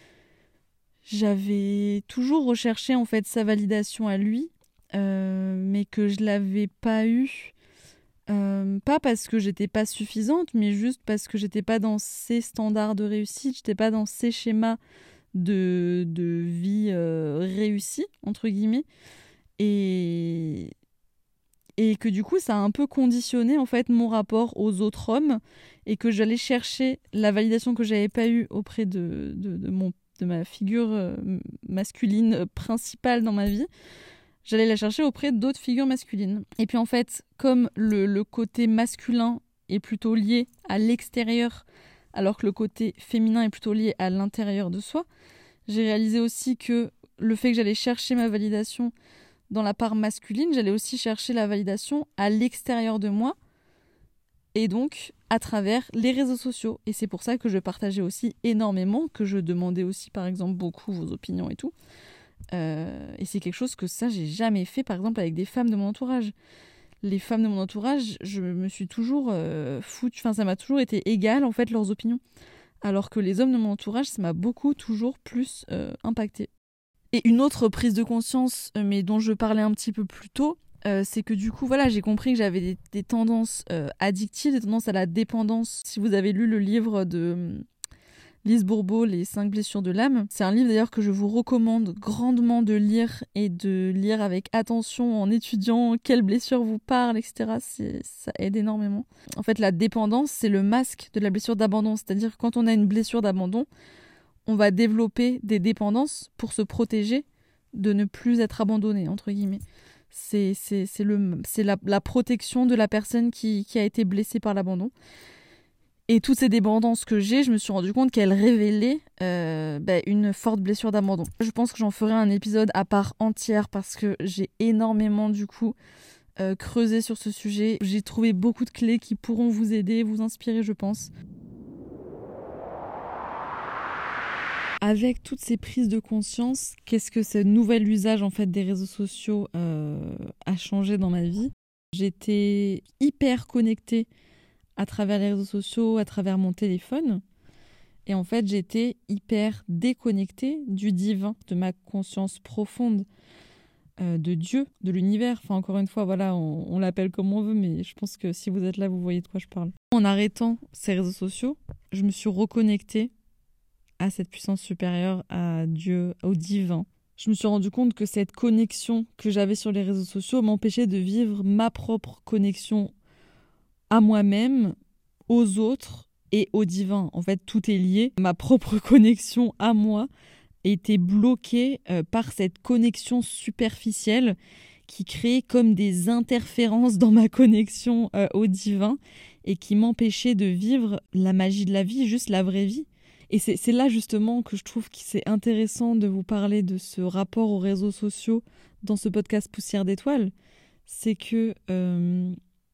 Speaker 1: j'avais toujours recherché en fait sa validation à lui, euh, mais que je l'avais pas eu, euh, pas parce que j'étais pas suffisante, mais juste parce que j'étais pas dans ses standards de réussite, j'étais pas dans ses schémas de, de vie euh, réussie, entre guillemets, et... Et que du coup, ça a un peu conditionné en fait mon rapport aux autres hommes, et que j'allais chercher la validation que j'avais pas eue auprès de, de, de, mon, de ma figure euh, masculine principale dans ma vie. J'allais la chercher auprès d'autres figures masculines. Et puis en fait, comme le, le côté masculin est plutôt lié à l'extérieur, alors que le côté féminin est plutôt lié à l'intérieur de soi, j'ai réalisé aussi que le fait que j'allais chercher ma validation dans la part masculine, j'allais aussi chercher la validation à l'extérieur de moi, et donc à travers les réseaux sociaux. Et c'est pour ça que je partageais aussi énormément, que je demandais aussi par exemple beaucoup vos opinions et tout. Euh, et c'est quelque chose que ça, j'ai jamais fait par exemple avec des femmes de mon entourage. Les femmes de mon entourage, je me suis toujours euh, foutue, enfin ça m'a toujours été égal en fait leurs opinions. Alors que les hommes de mon entourage, ça m'a beaucoup toujours plus euh, impacté. Et une autre prise de conscience, mais dont je parlais un petit peu plus tôt, euh, c'est que du coup, voilà, j'ai compris que j'avais des, des tendances euh, addictives, des tendances à la dépendance. Si vous avez lu le livre de Lise Bourbeau, Les cinq blessures de l'âme. C'est un livre d'ailleurs que je vous recommande grandement de lire et de lire avec attention en étudiant quelles blessures vous parlent, et cetera. C'est, ça aide énormément. En fait, la dépendance, c'est le masque de la blessure d'abandon. C'est-à-dire que quand on a une blessure d'abandon, on va développer des dépendances pour se protéger de ne plus être abandonné, entre guillemets. C'est, c'est, c'est, le, c'est la, la protection de la personne qui, qui a été blessée par l'abandon. Et toutes ces dépendances que j'ai, je me suis rendu compte qu'elles révélaient euh, bah, une forte blessure d'abandon. Je pense que j'en ferai un épisode à part entière parce que j'ai énormément du coup euh, creusé sur ce sujet. J'ai trouvé beaucoup de clés qui pourront vous aider, vous inspirer, je pense. Avec toutes ces prises de conscience, qu'est-ce que ce nouvel usage en fait des réseaux sociaux euh, a changé dans ma vie ? J'étais hyper connectée à travers les réseaux sociaux, à travers mon téléphone. Et en fait, j'étais hyper déconnectée du divin, de ma conscience profonde, euh, de Dieu, de l'univers. Enfin, encore une fois, voilà, on, on l'appelle comme on veut, mais je pense que si vous êtes là, vous voyez de quoi je parle. En arrêtant ces réseaux sociaux, je me suis reconnectée à cette puissance supérieure, à Dieu, au divin. Je me suis rendu compte que cette connexion que j'avais sur les réseaux sociaux m'empêchait de vivre ma propre connexion à moi-même, aux autres et au divin. En fait, tout est lié. Ma propre connexion à moi était bloquée euh, par cette connexion superficielle qui créait comme des interférences dans ma connexion euh, au divin et qui m'empêchait de vivre la magie de la vie, juste la vraie vie. Et c'est, c'est là justement que je trouve que c'est intéressant de vous parler de ce rapport aux réseaux sociaux dans ce podcast Poussière d'étoiles. C'est que euh,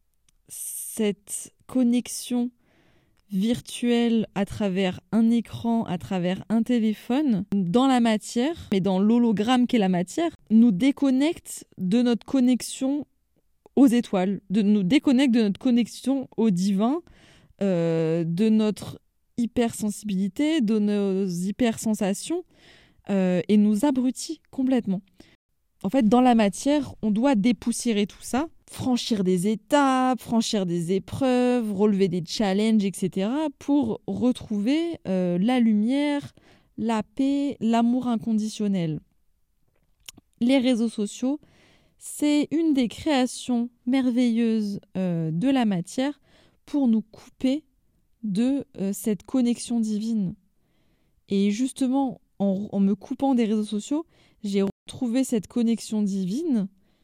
Speaker 1: cette connexion virtuelle à travers un écran, à travers un téléphone, dans la matière, mais dans l'hologramme qu'est la matière, nous déconnecte de notre connexion aux étoiles, de nous déconnecte de notre connexion au divin, euh, de notre hypersensibilité, de nos hypersensations, euh, et nous abrutit complètement. En fait, dans la matière, on doit dépoussiérer tout ça, franchir des étapes, franchir des épreuves, relever des challenges, et cetera, pour retrouver euh, la lumière, la paix, l'amour inconditionnel. Les réseaux sociaux, c'est une des créations merveilleuses euh, de la matière pour nous couper de euh, cette connexion divine. Et justement, en, en me coupant des réseaux sociaux, j'ai retrouvé cette connexion divine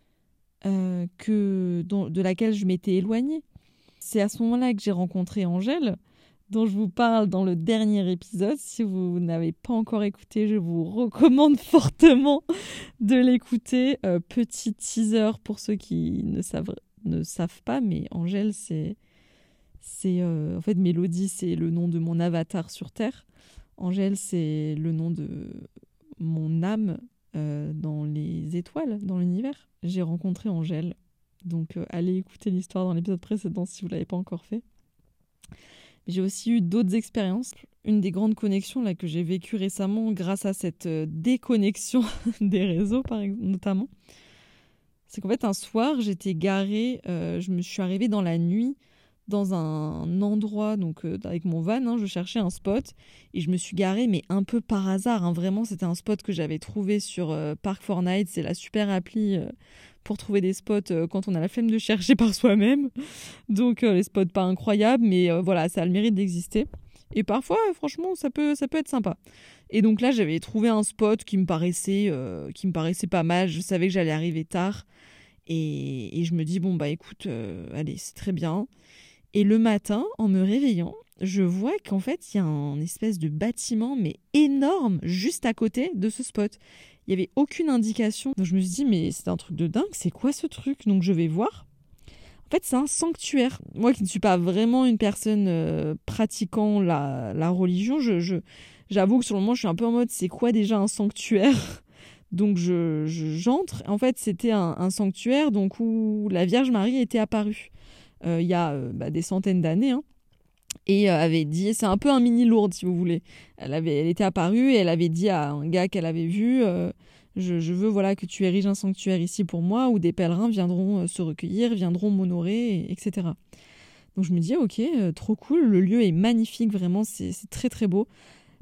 Speaker 1: euh, que, dont, de laquelle je m'étais éloignée. C'est à ce moment-là que j'ai rencontré Angèle, dont je vous parle dans le dernier épisode. Si vous n'avez pas encore écouté, je vous recommande fortement de l'écouter. Euh, petit teaser pour ceux qui ne savent, ne savent pas, mais Angèle, c'est... c'est euh, en fait, Mélodie, c'est le nom de mon avatar sur Terre. Angèle, c'est le nom de mon âme euh, dans les étoiles, dans l'univers. J'ai rencontré Angèle. Donc, euh, allez écouter l'histoire dans l'épisode précédent si vous ne l'avez pas encore fait. J'ai aussi eu d'autres expériences. Une des grandes connexions là, que j'ai vécues récemment grâce à cette euh, déconnexion des réseaux, par exemple, notamment, c'est qu'en fait, un soir, j'étais garée, euh, je me suis arrivée dans la nuit dans un endroit, donc euh, avec mon van, hein, je cherchais un spot et je me suis garée, mais un peu par hasard. Hein, vraiment, c'était un spot que j'avais trouvé sur euh, Park four Nights. C'est la super appli euh, pour trouver des spots euh, quand on a la flemme de chercher par soi-même. Donc, euh, les spots pas incroyables, mais euh, voilà, ça a le mérite d'exister. Et parfois, euh, franchement, ça peut, ça peut être sympa. Et donc là, j'avais trouvé un spot qui me paraissait, euh, qui me paraissait pas mal. Je savais que j'allais arriver tard. Et, et je me dis, bon, bah écoute, euh, allez, c'est très bien. Et le matin, en me réveillant, je vois qu'en fait, il y a un espèce de bâtiment, mais énorme, juste à côté de ce spot. Il n'y avait aucune indication. Donc je me suis dit, mais c'est un truc de dingue, c'est quoi ce truc ? Donc je vais voir. En fait, c'est un sanctuaire. Moi qui ne suis pas vraiment une personne euh, pratiquant la, la religion, je, je, j'avoue que sur le moment, je suis un peu en mode, c'est quoi déjà un sanctuaire ? Donc je, je, j'entre. En fait, c'était un, un sanctuaire donc, où la Vierge Marie était apparue. Euh, il y a euh, bah, des centaines d'années, hein, et euh, avait dit, c'est un peu un mini Lourdes si vous voulez, elle, avait, elle était apparue et elle avait dit à un gars qu'elle avait vu, euh, je, je veux voilà, que tu ériges un sanctuaire ici pour moi où des pèlerins viendront euh, se recueillir, viendront m'honorer, et, etc. Donc je me dis, ok, euh, trop cool, le lieu est magnifique, vraiment, c'est, c'est très très beau.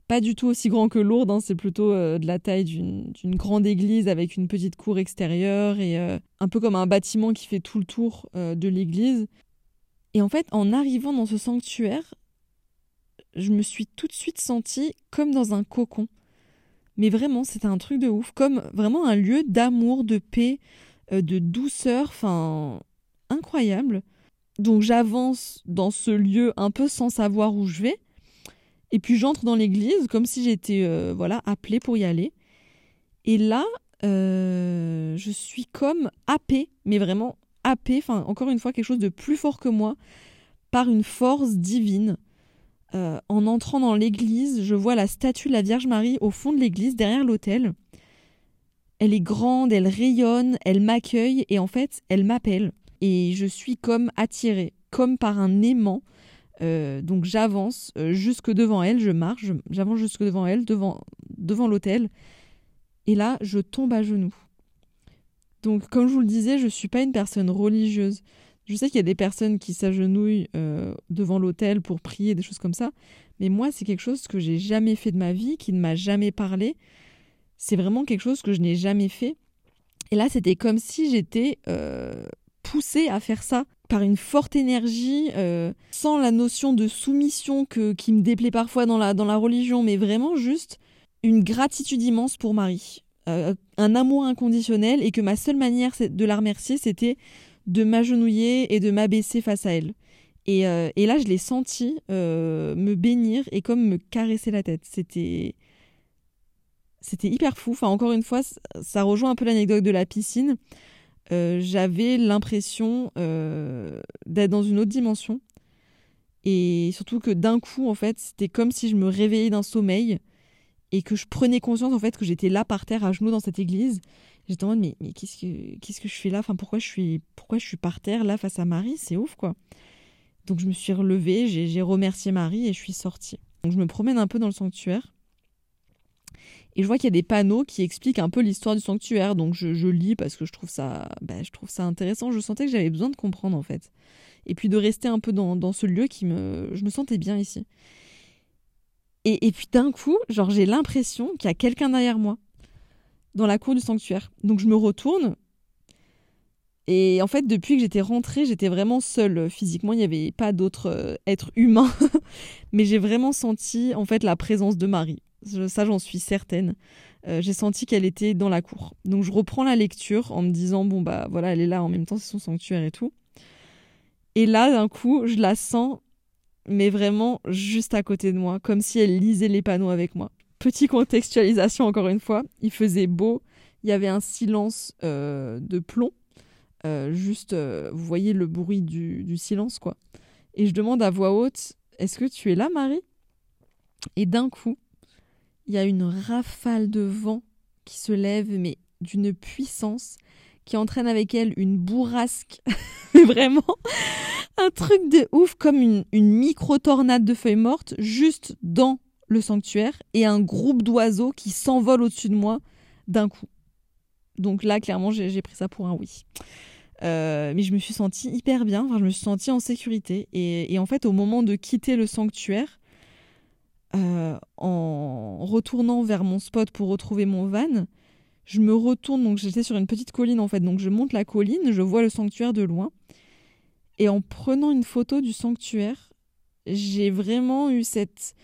Speaker 1: pas du tout aussi grand que Lourdes, hein, c'est plutôt euh, de la taille d'une, d'une grande église avec une petite cour extérieure et euh, un peu comme un bâtiment qui fait tout le tour euh, de l'église. Et en fait, en arrivant dans ce sanctuaire, je me suis tout de suite sentie comme dans un cocon. Mais vraiment, c'était un truc de ouf, comme vraiment un lieu d'amour, de paix, euh, de douceur, enfin, incroyable. Donc j'avance dans ce lieu un peu sans savoir où je vais. Et puis j'entre dans l'église comme si j'étais euh, voilà, appelée pour y aller. Et là, euh, je suis comme happée, mais vraiment happée, enfin encore une fois quelque chose de plus fort que moi, par une force divine. Euh, en entrant dans l'église, je vois la statue de la Vierge Marie au fond de l'église, derrière l'autel. Elle est grande, elle rayonne, elle m'accueille et en fait, elle m'appelle. Et je suis comme attirée, comme par un aimant. Euh, donc j'avance euh, jusque devant elle, je marche, je- j'avance jusque devant elle, devant, devant l'autel. Et là, je tombe à genoux. Donc comme je vous le disais, je ne suis pas une personne religieuse. Je sais qu'il y a des personnes qui s'agenouillent euh, devant l'autel pour prier, des choses comme ça. Mais moi, c'est quelque chose que j'ai jamais fait de ma vie, qui ne m'a jamais parlé. C'est vraiment quelque chose que je n'ai jamais fait. Et là, c'était comme si j'étais euh, poussée à faire ça par une forte énergie, euh, sans la notion de soumission que, qui me déplaît parfois dans la, dans la religion, mais vraiment juste une gratitude immense pour Marie. Euh, un amour inconditionnel et que ma seule manière de la remercier, c'était de m'agenouiller et de m'abaisser face à elle. Et, euh, et là, je l'ai senti euh, me bénir et comme me caresser la tête. C'était, c'était hyper fou. Enfin, encore une fois, ça rejoint un peu l'anecdote de la piscine. Euh, j'avais l'impression euh, d'être dans une autre dimension. Et surtout que d'un coup, en fait, c'était comme si je me réveillais d'un sommeil et que je prenais conscience, en fait, que j'étais là par terre, à genoux dans cette église. J'étais en mode, mais, mais qu'est-ce que, qu'est-ce que je fais là, enfin, pourquoi je suis, pourquoi je suis par terre, là, face à Marie? C'est ouf, quoi. Donc, je me suis relevée, j'ai, j'ai remercié Marie et je suis sortie. Donc, je me promène un peu dans le sanctuaire. Et je vois qu'il y a des panneaux qui expliquent un peu l'histoire du sanctuaire. Donc, je, je lis parce que je trouve ça, bah, je trouve ça intéressant. Je sentais que j'avais besoin de comprendre, en fait. Et puis, de rester un peu dans, dans ce lieu qui me... Je me sentais bien ici. Et, et puis, d'un coup, genre, j'ai l'impression qu'il y a quelqu'un derrière moi, dans la cour du sanctuaire. Donc, je me retourne. Et en fait, depuis que j'étais rentrée, j'étais vraiment seule. Physiquement, il n'y avait pas d'autres euh, êtres humains. Mais j'ai vraiment senti, en fait, la présence de Marie. Ça, j'en suis certaine. Euh, j'ai senti qu'elle était dans la cour. Donc, je reprends la lecture en me disant, bon, bah voilà, elle est là en même temps, c'est son sanctuaire et tout. Et là, d'un coup, je la sens, mais vraiment juste à côté de moi, comme si elle lisait les panneaux avec moi. Petite contextualisation, encore une fois. Il faisait beau. Il y avait un silence euh, de plomb. Euh, juste, euh, vous voyez le bruit du, du silence, quoi. Et je demande à voix haute, est-ce que tu es là, Marie? Et d'un coup, il y a une rafale de vent qui se lève, mais d'une puissance, qui entraîne avec elle une bourrasque, mais vraiment un truc de ouf, comme une, une micro-tornade de feuilles mortes, juste dans le sanctuaire, et un groupe d'oiseaux qui s'envolent au-dessus de moi d'un coup. Donc là, clairement, j'ai, j'ai pris ça pour un oui. Euh, mais je me suis sentie hyper bien, enfin, je me suis sentie en sécurité. Et, et en fait, au moment de quitter le sanctuaire, euh, en retournant vers mon spot pour retrouver mon van, je me retourne, donc j'étais sur une petite colline en fait, donc je monte la colline, je vois le sanctuaire de loin. Et en prenant une photo du sanctuaire, j'ai vraiment eu cette...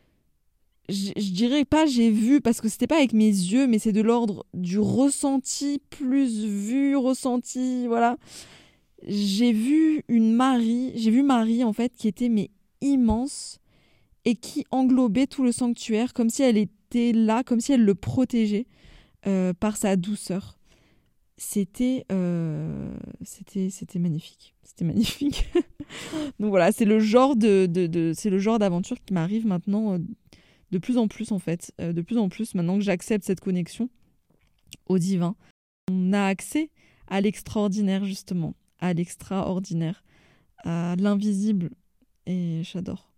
Speaker 1: Je, je dirais pas j'ai vu, parce que c'était pas avec mes yeux, mais c'est de l'ordre du ressenti, plus vu, ressenti, voilà. J'ai vu une Marie, j'ai vu Marie en fait qui était mais immense et qui englobait tout le sanctuaire comme si elle était là, comme si elle le protégeait euh, par sa douceur. C'était, euh, c'était, c'était magnifique, c'était magnifique. Donc voilà, c'est le genre de, de, de c'est le genre d'aventure qui m'arrive maintenant euh, de plus en plus en fait, euh, de plus en plus maintenant que j'accepte cette connexion au divin. On a accès à l'extraordinaire justement, à l'extraordinaire, à l'invisible, et j'adore.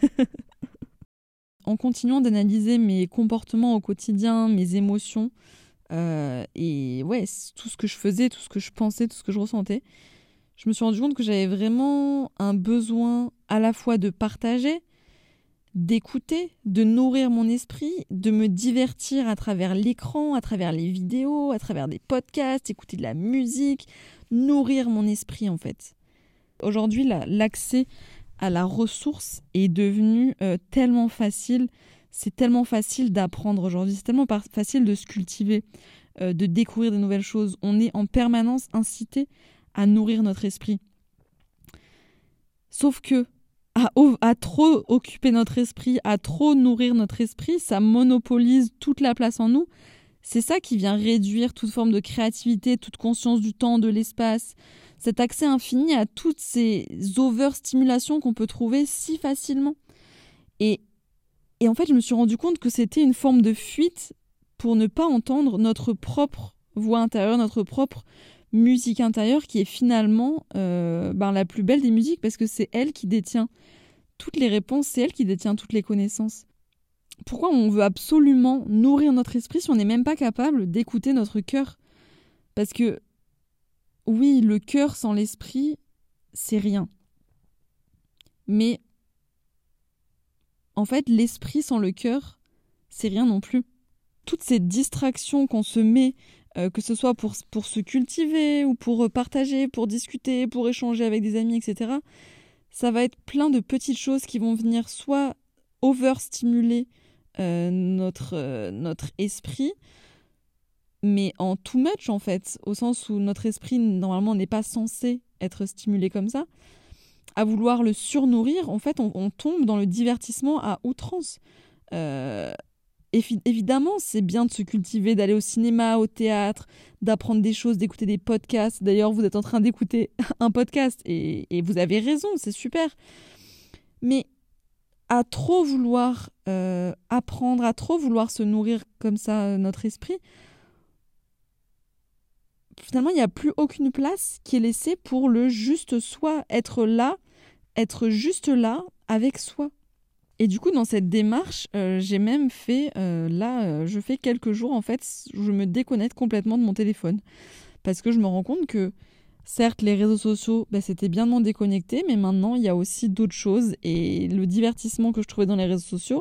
Speaker 1: En continuant d'analyser mes comportements au quotidien, mes émotions, euh, et ouais, tout ce que je faisais, tout ce que je pensais, tout ce que je ressentais, je me suis rendu compte que j'avais vraiment un besoin à la fois de partager, d'écouter, de nourrir mon esprit, de me divertir à travers l'écran, à travers les vidéos, à travers des podcasts, écouter de la musique, nourrir mon esprit en fait. Aujourd'hui, là, l'accès à la ressource est devenu euh, tellement facile. C'est tellement facile d'apprendre aujourd'hui. C'est tellement par- facile de se cultiver, euh, de découvrir de nouvelles choses. On est en permanence incité à nourrir notre esprit. Sauf que, à, à trop occuper notre esprit, à trop nourrir notre esprit, ça monopolise toute la place en nous. C'est ça qui vient réduire toute forme de créativité, toute conscience du temps, de l'espace, cet accès infini à toutes ces overstimulations qu'on peut trouver si facilement. Et, et en fait, je me suis rendu compte que c'était une forme de fuite pour ne pas entendre notre propre voix intérieure, notre propre musique intérieure qui est finalement euh, ben, la plus belle des musiques parce que c'est elle qui détient toutes les réponses, c'est elle qui détient toutes les connaissances. Pourquoi on veut absolument nourrir notre esprit si on n'est même pas capable d'écouter notre cœur ? Parce que oui, le cœur sans l'esprit, c'est rien. Mais en fait, l'esprit sans le cœur, c'est rien non plus. Toutes ces distractions qu'on se met, euh, que ce soit pour, pour se cultiver ou pour partager, pour discuter, pour échanger avec des amis, et cetera, ça va être plein de petites choses qui vont venir soit overstimuler euh, notre, euh, notre esprit, mais en too much en fait, au sens où notre esprit normalement n'est pas censé être stimulé comme ça, à vouloir le surnourrir, en fait on, on tombe dans le divertissement à outrance. Euh, évi- évidemment c'est bien de se cultiver, d'aller au cinéma, au théâtre, d'apprendre des choses, d'écouter des podcasts. D'ailleurs vous êtes en train d'écouter un podcast et, et vous avez raison, c'est super. Mais à trop vouloir euh, apprendre, à trop vouloir se nourrir comme ça euh, notre esprit, finalement, il n'y a plus aucune place qui est laissée pour le juste soi, être là, être juste là avec soi. Et du coup, dans cette démarche, euh, j'ai même fait, euh, là, euh, je fais quelques jours, en fait, je me déconnecte complètement de mon téléphone. Parce que je me rends compte que, certes, les réseaux sociaux, bah, c'était bien de m'en déconnecter, mais maintenant, il y a aussi d'autres choses. Et le divertissement que je trouvais dans les réseaux sociaux,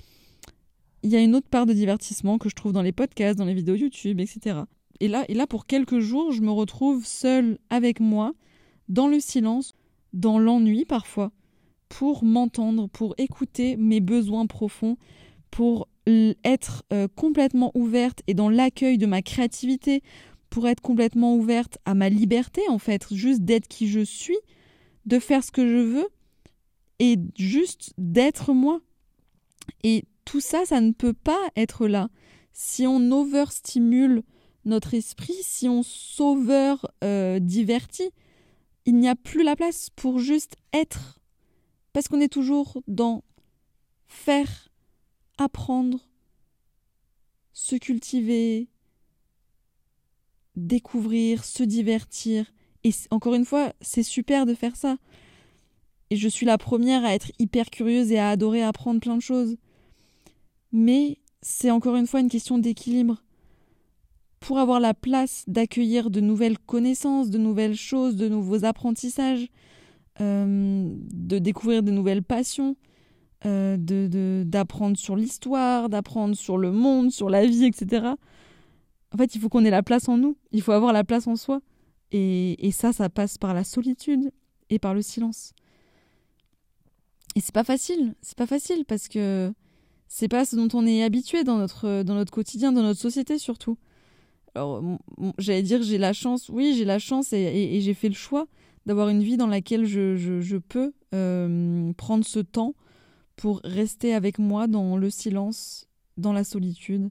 Speaker 1: il y a une autre part de divertissement que je trouve dans les podcasts, dans les vidéos YouTube, et cetera. Et là, et là, pour quelques jours, je me retrouve seule avec moi, dans le silence, dans l'ennui parfois, pour m'entendre, pour écouter mes besoins profonds, pour être euh, complètement ouverte et dans l'accueil de ma créativité, pour être complètement ouverte à ma liberté, en fait, juste d'être qui je suis, de faire ce que je veux et juste d'être moi. Et tout ça, ça ne peut pas être là. Si on overstimule notre esprit, si on s'over euh, divertit, il n'y a plus la place pour juste être. Parce qu'on est toujours dans faire, apprendre, se cultiver, découvrir, se divertir. Et encore une fois, c'est super de faire ça. Et je suis la première à être hyper curieuse et à adorer apprendre plein de choses. Mais c'est encore une fois une question d'équilibre. Pour avoir la place d'accueillir de nouvelles connaissances, de nouvelles choses, de nouveaux apprentissages, euh, de découvrir de nouvelles passions, euh, de, de, d'apprendre sur l'histoire, d'apprendre sur le monde, sur la vie, et cetera. En fait, il faut qu'on ait la place en nous, il faut avoir la place en soi. Et, et ça, ça passe par la solitude et par le silence. Et c'est pas facile, c'est pas facile parce que c'est pas ce dont on est habitué dans notre, dans notre quotidien, dans notre société surtout. Alors, j'allais dire j'ai la chance, oui, j'ai la chance et, et, et j'ai fait le choix d'avoir une vie dans laquelle je, je, je peux euh, prendre ce temps pour rester avec moi dans le silence, dans la solitude.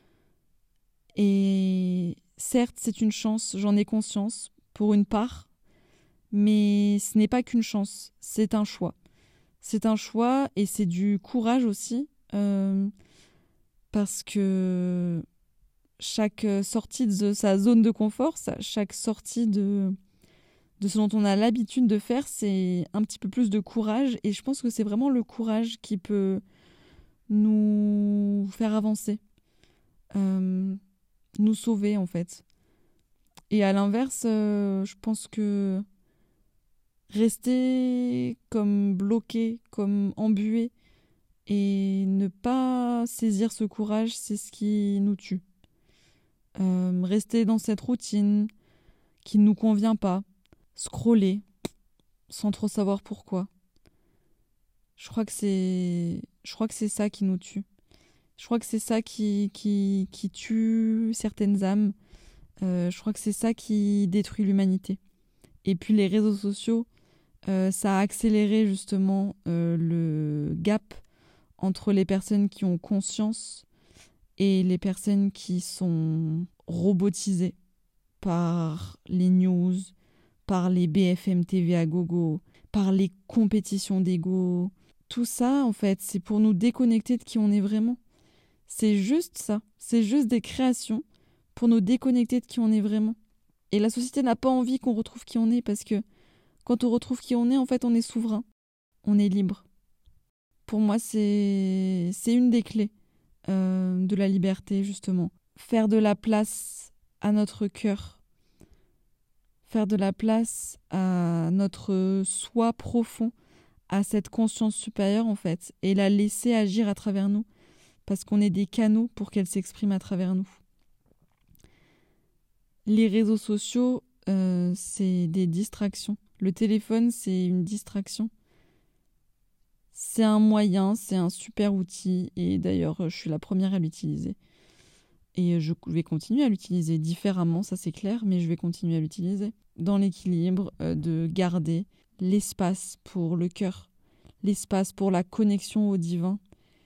Speaker 1: Et certes, c'est une chance, j'en ai conscience, pour une part, mais ce n'est pas qu'une chance, c'est un choix. C'est un choix et c'est du courage aussi, euh, parce que chaque sortie de sa zone de confort, chaque sortie de, de ce dont on a l'habitude de faire, c'est un petit peu plus de courage. Et je pense que c'est vraiment le courage qui peut nous faire avancer, euh, nous sauver en fait. Et à l'inverse, euh, je pense que rester comme bloqué, comme embué Et ne pas saisir ce courage, c'est ce qui nous tue. Euh, rester dans cette routine qui ne nous convient pas, scroller sans trop savoir pourquoi. Je crois que c'est, je crois que c'est ça qui nous tue. Je crois que c'est ça qui, qui, qui tue certaines âmes. Euh, je crois que c'est ça qui détruit l'humanité. Et puis les réseaux sociaux, euh, ça a accéléré justement euh, le gap entre les personnes qui ont conscience et les personnes qui sont robotisées par les news, par les B F M T V à gogo, par les compétitions d'ego. Tout ça, en fait, c'est pour nous déconnecter de qui on est vraiment. C'est juste ça. C'est juste des créations pour nous déconnecter de qui on est vraiment. Et la société n'a pas envie qu'on retrouve qui on est parce que quand on retrouve qui on est, en fait, on est souverain. On est libre. Pour moi, c'est, c'est une des clés euh, de la liberté, justement. Faire de la place à notre cœur. Faire de la place à notre soi profond, à cette conscience supérieure, en fait, et la laisser agir à travers nous. Parce qu'on est des canaux pour qu'elle s'exprime à travers nous. Les réseaux sociaux, euh, c'est des distractions. Le téléphone, c'est une distraction. C'est un moyen, c'est un super outil. Et d'ailleurs, je suis la première à l'utiliser. Et je vais continuer à l'utiliser différemment, ça c'est clair, mais je vais continuer à l'utiliser. Dans l'équilibre euh, de garder l'espace pour le cœur, l'espace pour la connexion au divin,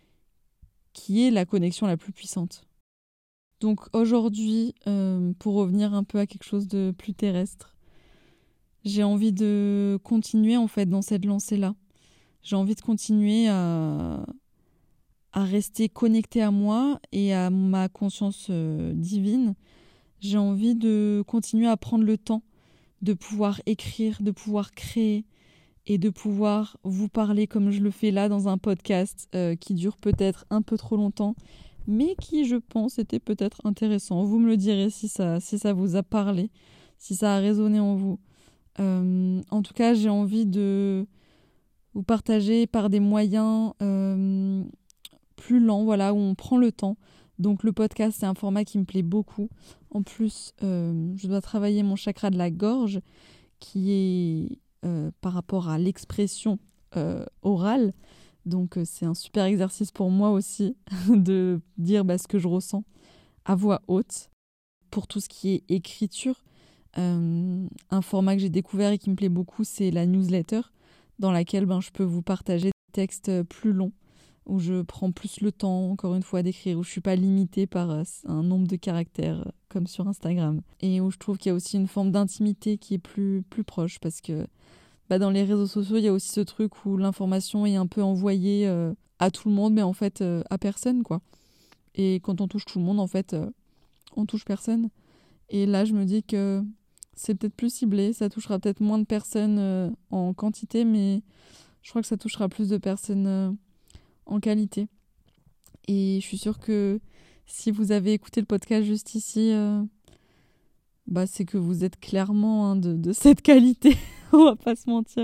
Speaker 1: qui est la connexion la plus puissante. Donc aujourd'hui, euh, pour revenir un peu à quelque chose de plus terrestre, j'ai envie de continuer en fait dans cette lancée-là. J'ai envie de continuer à, à rester connectée à moi et à ma conscience euh, divine. J'ai envie de continuer à prendre le temps de pouvoir écrire, de pouvoir créer et de pouvoir vous parler comme je le fais là dans un podcast euh, qui dure peut-être un peu trop longtemps, mais qui, je pense, était peut-être intéressant. Vous me le direz si ça, si ça vous a parlé, si ça a résonné en vous. Euh, en tout cas, j'ai envie de vous partager par des moyens euh, plus lents, voilà, où on prend le temps. Donc le podcast, c'est un format qui me plaît beaucoup. En plus, euh, je dois travailler mon chakra de la gorge, qui est euh, par rapport à l'expression euh, orale. Donc euh, c'est un super exercice pour moi aussi de dire bah, ce que je ressens à voix haute. Pour tout ce qui est écriture, euh, un format que j'ai découvert et qui me plaît beaucoup, c'est la newsletter, dans laquelle ben, je peux vous partager des textes plus longs, où je prends plus le temps, encore une fois, d'écrire, où je ne suis pas limitée par euh, un nombre de caractères euh, comme sur Instagram. Et où je trouve qu'il y a aussi une forme d'intimité qui est plus, plus proche, parce que bah, dans les réseaux sociaux, il y a aussi ce truc où l'information est un peu envoyée euh, à tout le monde, mais en fait euh, à personne, quoi. Et quand on touche tout le monde, en fait, euh, on touche personne. Et là, je me dis que c'est peut-être plus ciblé, ça touchera peut-être moins de personnes euh, en quantité, mais je crois que ça touchera plus de personnes euh, en qualité. Et je suis sûre que si vous avez écouté le podcast juste ici, euh, bah, c'est que vous êtes clairement hein, de, de cette qualité. On va pas se mentir.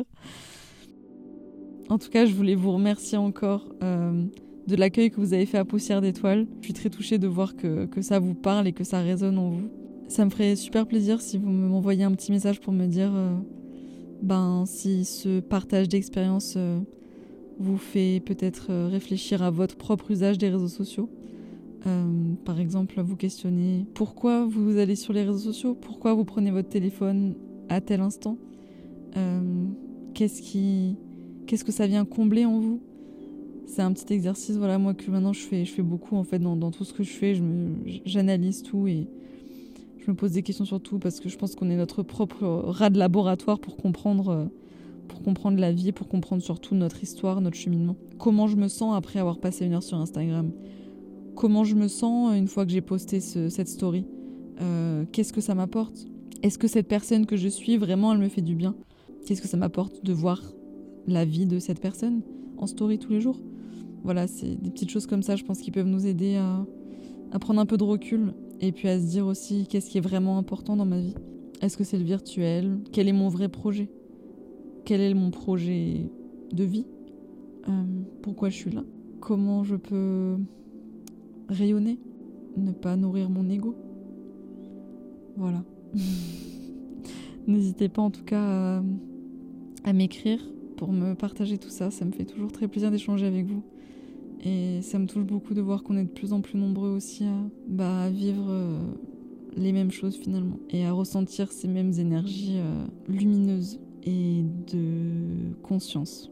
Speaker 1: En tout cas, je voulais vous remercier encore euh, de l'accueil que vous avez fait à Poussière d'étoiles. Je suis très touchée de voir que, que ça vous parle et que ça résonne en vous. Ça me ferait super plaisir si vous m'envoyez un petit message pour me dire euh, ben, si ce partage d'expérience euh, vous fait peut-être euh, réfléchir à votre propre usage des réseaux sociaux. Euh, par exemple, vous questionner pourquoi vous allez sur les réseaux sociaux, pourquoi vous prenez votre téléphone à tel instant, euh, qu'est-ce qui, qu'est-ce que ça vient combler en vous. C'est un petit exercice, voilà, moi que maintenant je fais, je fais beaucoup en fait dans, dans tout ce que je fais, je me, j'analyse tout et je me pose des questions sur tout parce que je pense qu'on est notre propre rat de laboratoire pour comprendre, pour comprendre la vie, pour comprendre surtout notre histoire, notre cheminement. Comment je me sens après avoir passé une heure sur Instagram ? Comment je me sens une fois que j'ai posté ce, cette story ? euh, Qu'est-ce que ça m'apporte ? Est-ce que cette personne que je suis, vraiment, elle me fait du bien ? Qu'est-ce que ça m'apporte de voir la vie de cette personne en story tous les jours ? Voilà, c'est des petites choses comme ça, je pense, qui peuvent nous aider à, à prendre un peu de recul et puis à se dire aussi qu'est-ce qui est vraiment important dans ma vie. Est-ce que c'est le virtuel ? Quel est mon vrai projet ? Quel est mon projet de vie ? euh, Pourquoi je suis là ? comment je peux rayonner, ne pas nourrir mon ego. Voilà. N'hésitez pas en tout cas à, à m'écrire pour me partager tout ça. Ça me fait toujours très plaisir d'échanger avec vous. Et ça me touche beaucoup de voir qu'on est de plus en plus nombreux aussi à, bah, à vivre euh, les mêmes choses finalement. Et à ressentir ces mêmes énergies euh, lumineuses et de conscience.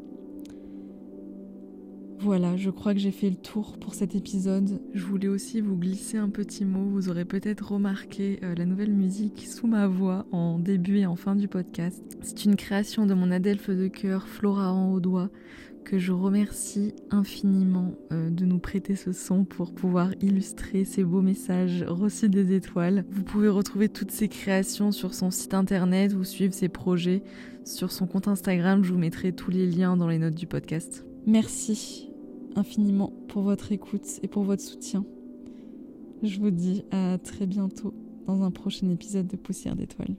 Speaker 1: Voilà, je crois que j'ai fait le tour pour cet épisode. Je voulais aussi vous glisser un petit mot. Vous aurez peut-être remarqué euh, la nouvelle musique sous ma voix en début et en fin du podcast. C'est une création de mon adelphe de cœur, Flora en haut doigt, que je remercie infiniment euh, de nous prêter ce son pour pouvoir illustrer ces beaux messages reçus des étoiles. Vous pouvez retrouver toutes ses créations sur son site internet ou suivre ses projets sur son compte Instagram. Je vous mettrai tous les liens dans les notes du podcast. Merci infiniment pour votre écoute et pour votre soutien. Je vous dis à très bientôt dans un prochain épisode de Poussière d'étoiles.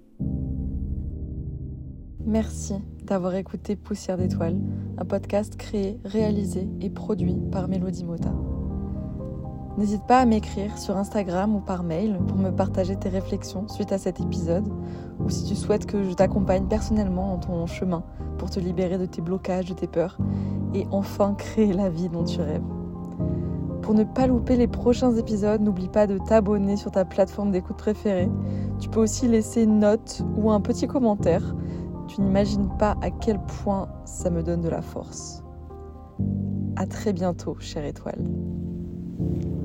Speaker 1: Merci d'avoir écouté Poussière d'étoiles, un podcast créé, réalisé et produit par Mélodie Mota. N'hésite pas à m'écrire sur Instagram ou par mail pour me partager tes réflexions suite à cet épisode, ou si tu souhaites que je t'accompagne personnellement dans ton chemin pour te libérer de tes blocages, de tes peurs, et enfin créer la vie dont tu rêves. Pour ne pas louper les prochains épisodes, n'oublie pas de t'abonner sur ta plateforme d'écoute préférée. Tu peux aussi laisser une note ou un petit commentaire. Tu n'imagines pas à quel point ça me donne de la force. À très bientôt, chère étoile.